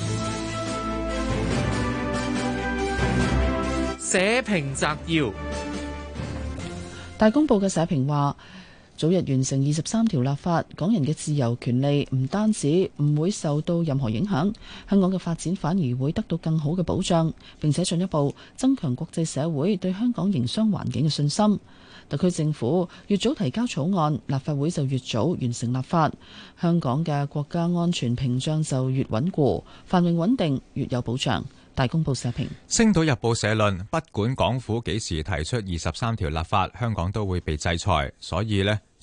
社評摘要。 大公報嘅社評話，早日完成23條立法，港人嘅自由權利唔單止唔會受到任何影響，香港嘅發展反而會得到更好嘅保障，並且進一步增強國際社會對香港營商環境嘅信心。特區政府越早提交草案，立法會就越早完成立法，香港嘅國家安全屏障就越穩固，繁榮穩定越有保障。大公報社評。 星島日報社論，不管港府幾時提出23條立法，香港都會被制裁，所以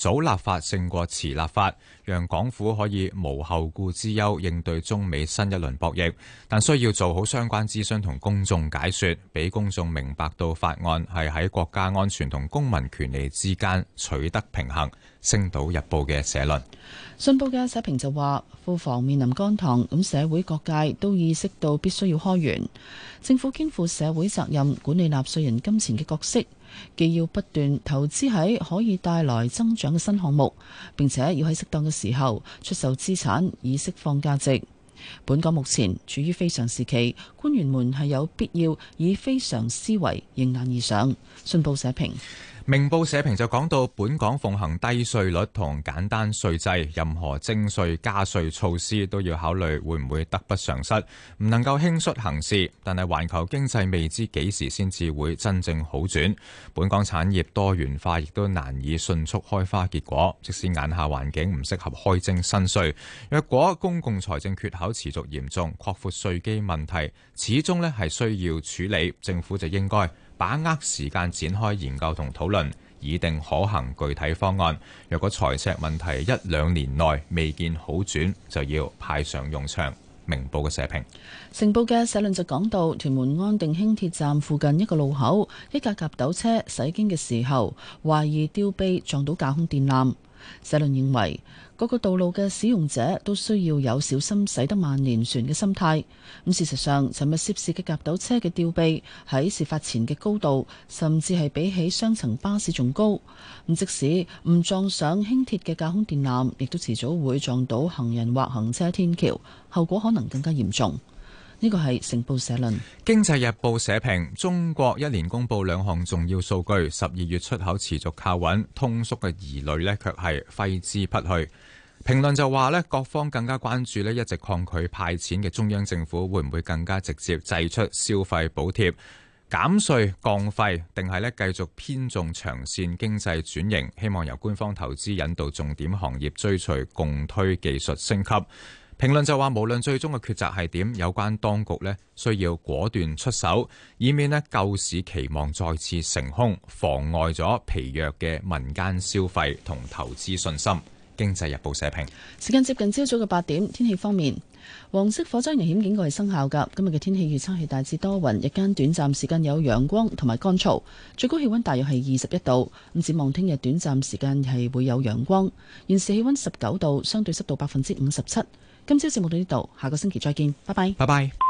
早立法勝過遲立法，讓港府可以無後顧之憂應對中美新一輪博弈，但需要做好相關諮詢同公眾解說，俾公眾明白到法案係喺國家安全同公民權利之間取得平衡。星島日報嘅社論。 信報嘅社評就話，庫房面臨乾塘，咁社會各界都意識到必須要開源，政府肩負社會責任，管理納稅人金錢嘅角色，既要不斷投資喺可以帶來增長嘅新項目，並且要喺適當嘅時候出售資產以釋放價值。本港目前處於非常時期，官員們係有必要以非常思維迎難而上。信報社評。 明報社評就講到，本港奉行低稅率同簡單稅制，任何徵稅加稅措施都要考慮會唔會得不償失，唔能夠輕率行事。但係環球經濟未知幾時先至會真正好轉，本港產業多元化亦都難以迅速開花結果。即使眼下環境唔適合開徵新稅，若果公共財政缺口持續嚴重，擴闊稅基問題始終呢係需要處理，政府就應該把握時間展開研究同討論，擬定可行具體方案。若果財赤問題1-2年內未見好轉，就要派上用場。明報嘅社評。 成報嘅社論就講到，屯門安定輕鐵站附近一個路口，一架夾斗車駛經嘅時候，懷疑吊臂撞到架空電纜。社論認為，各個道路嘅使用者都需要有小心駛得萬年船嘅心態。咁事實上，尋日涉事嘅夾斗車嘅吊臂喺事發前嘅高度，甚至係比起雙層巴士仲高。咁即使唔撞上輕鐵嘅架空電纜，亦都遲早會撞到行人或行車天橋，後果可能更加嚴重。呢個係成報社論。 經濟日報社評，中國一連公布2項重要數據，12月出口持續靠穩，通縮嘅疑慮呢卻係揮之不去。評論就話呢，各方更加關注呢一直抗拒派錢嘅中央政府會唔會更加直接祭出消費補貼、減稅降費，定係呢繼續偏重長線經濟轉型，希望由官方投資引導重點行業追隨共推技術升級。評論就話，無論最終嘅抉擇係點，有關當局呢需要果斷出手，以免呢救市期望再次成空，妨礙咗疲弱嘅民間消費同投資信心。經濟日報社評。 時間接近朝早嘅8點，天氣方面，黃色火災危險警告係生效㗎。今日嘅天氣預測係大致多雲，日間短暫時間有陽光同埋乾燥，最高氣溫大約係21度。咁展望聽日短暫時間係會有陽光。現時氣溫19度，相對濕度57%。今朝節目到呢度，下個星期再見，拜拜。 拜拜。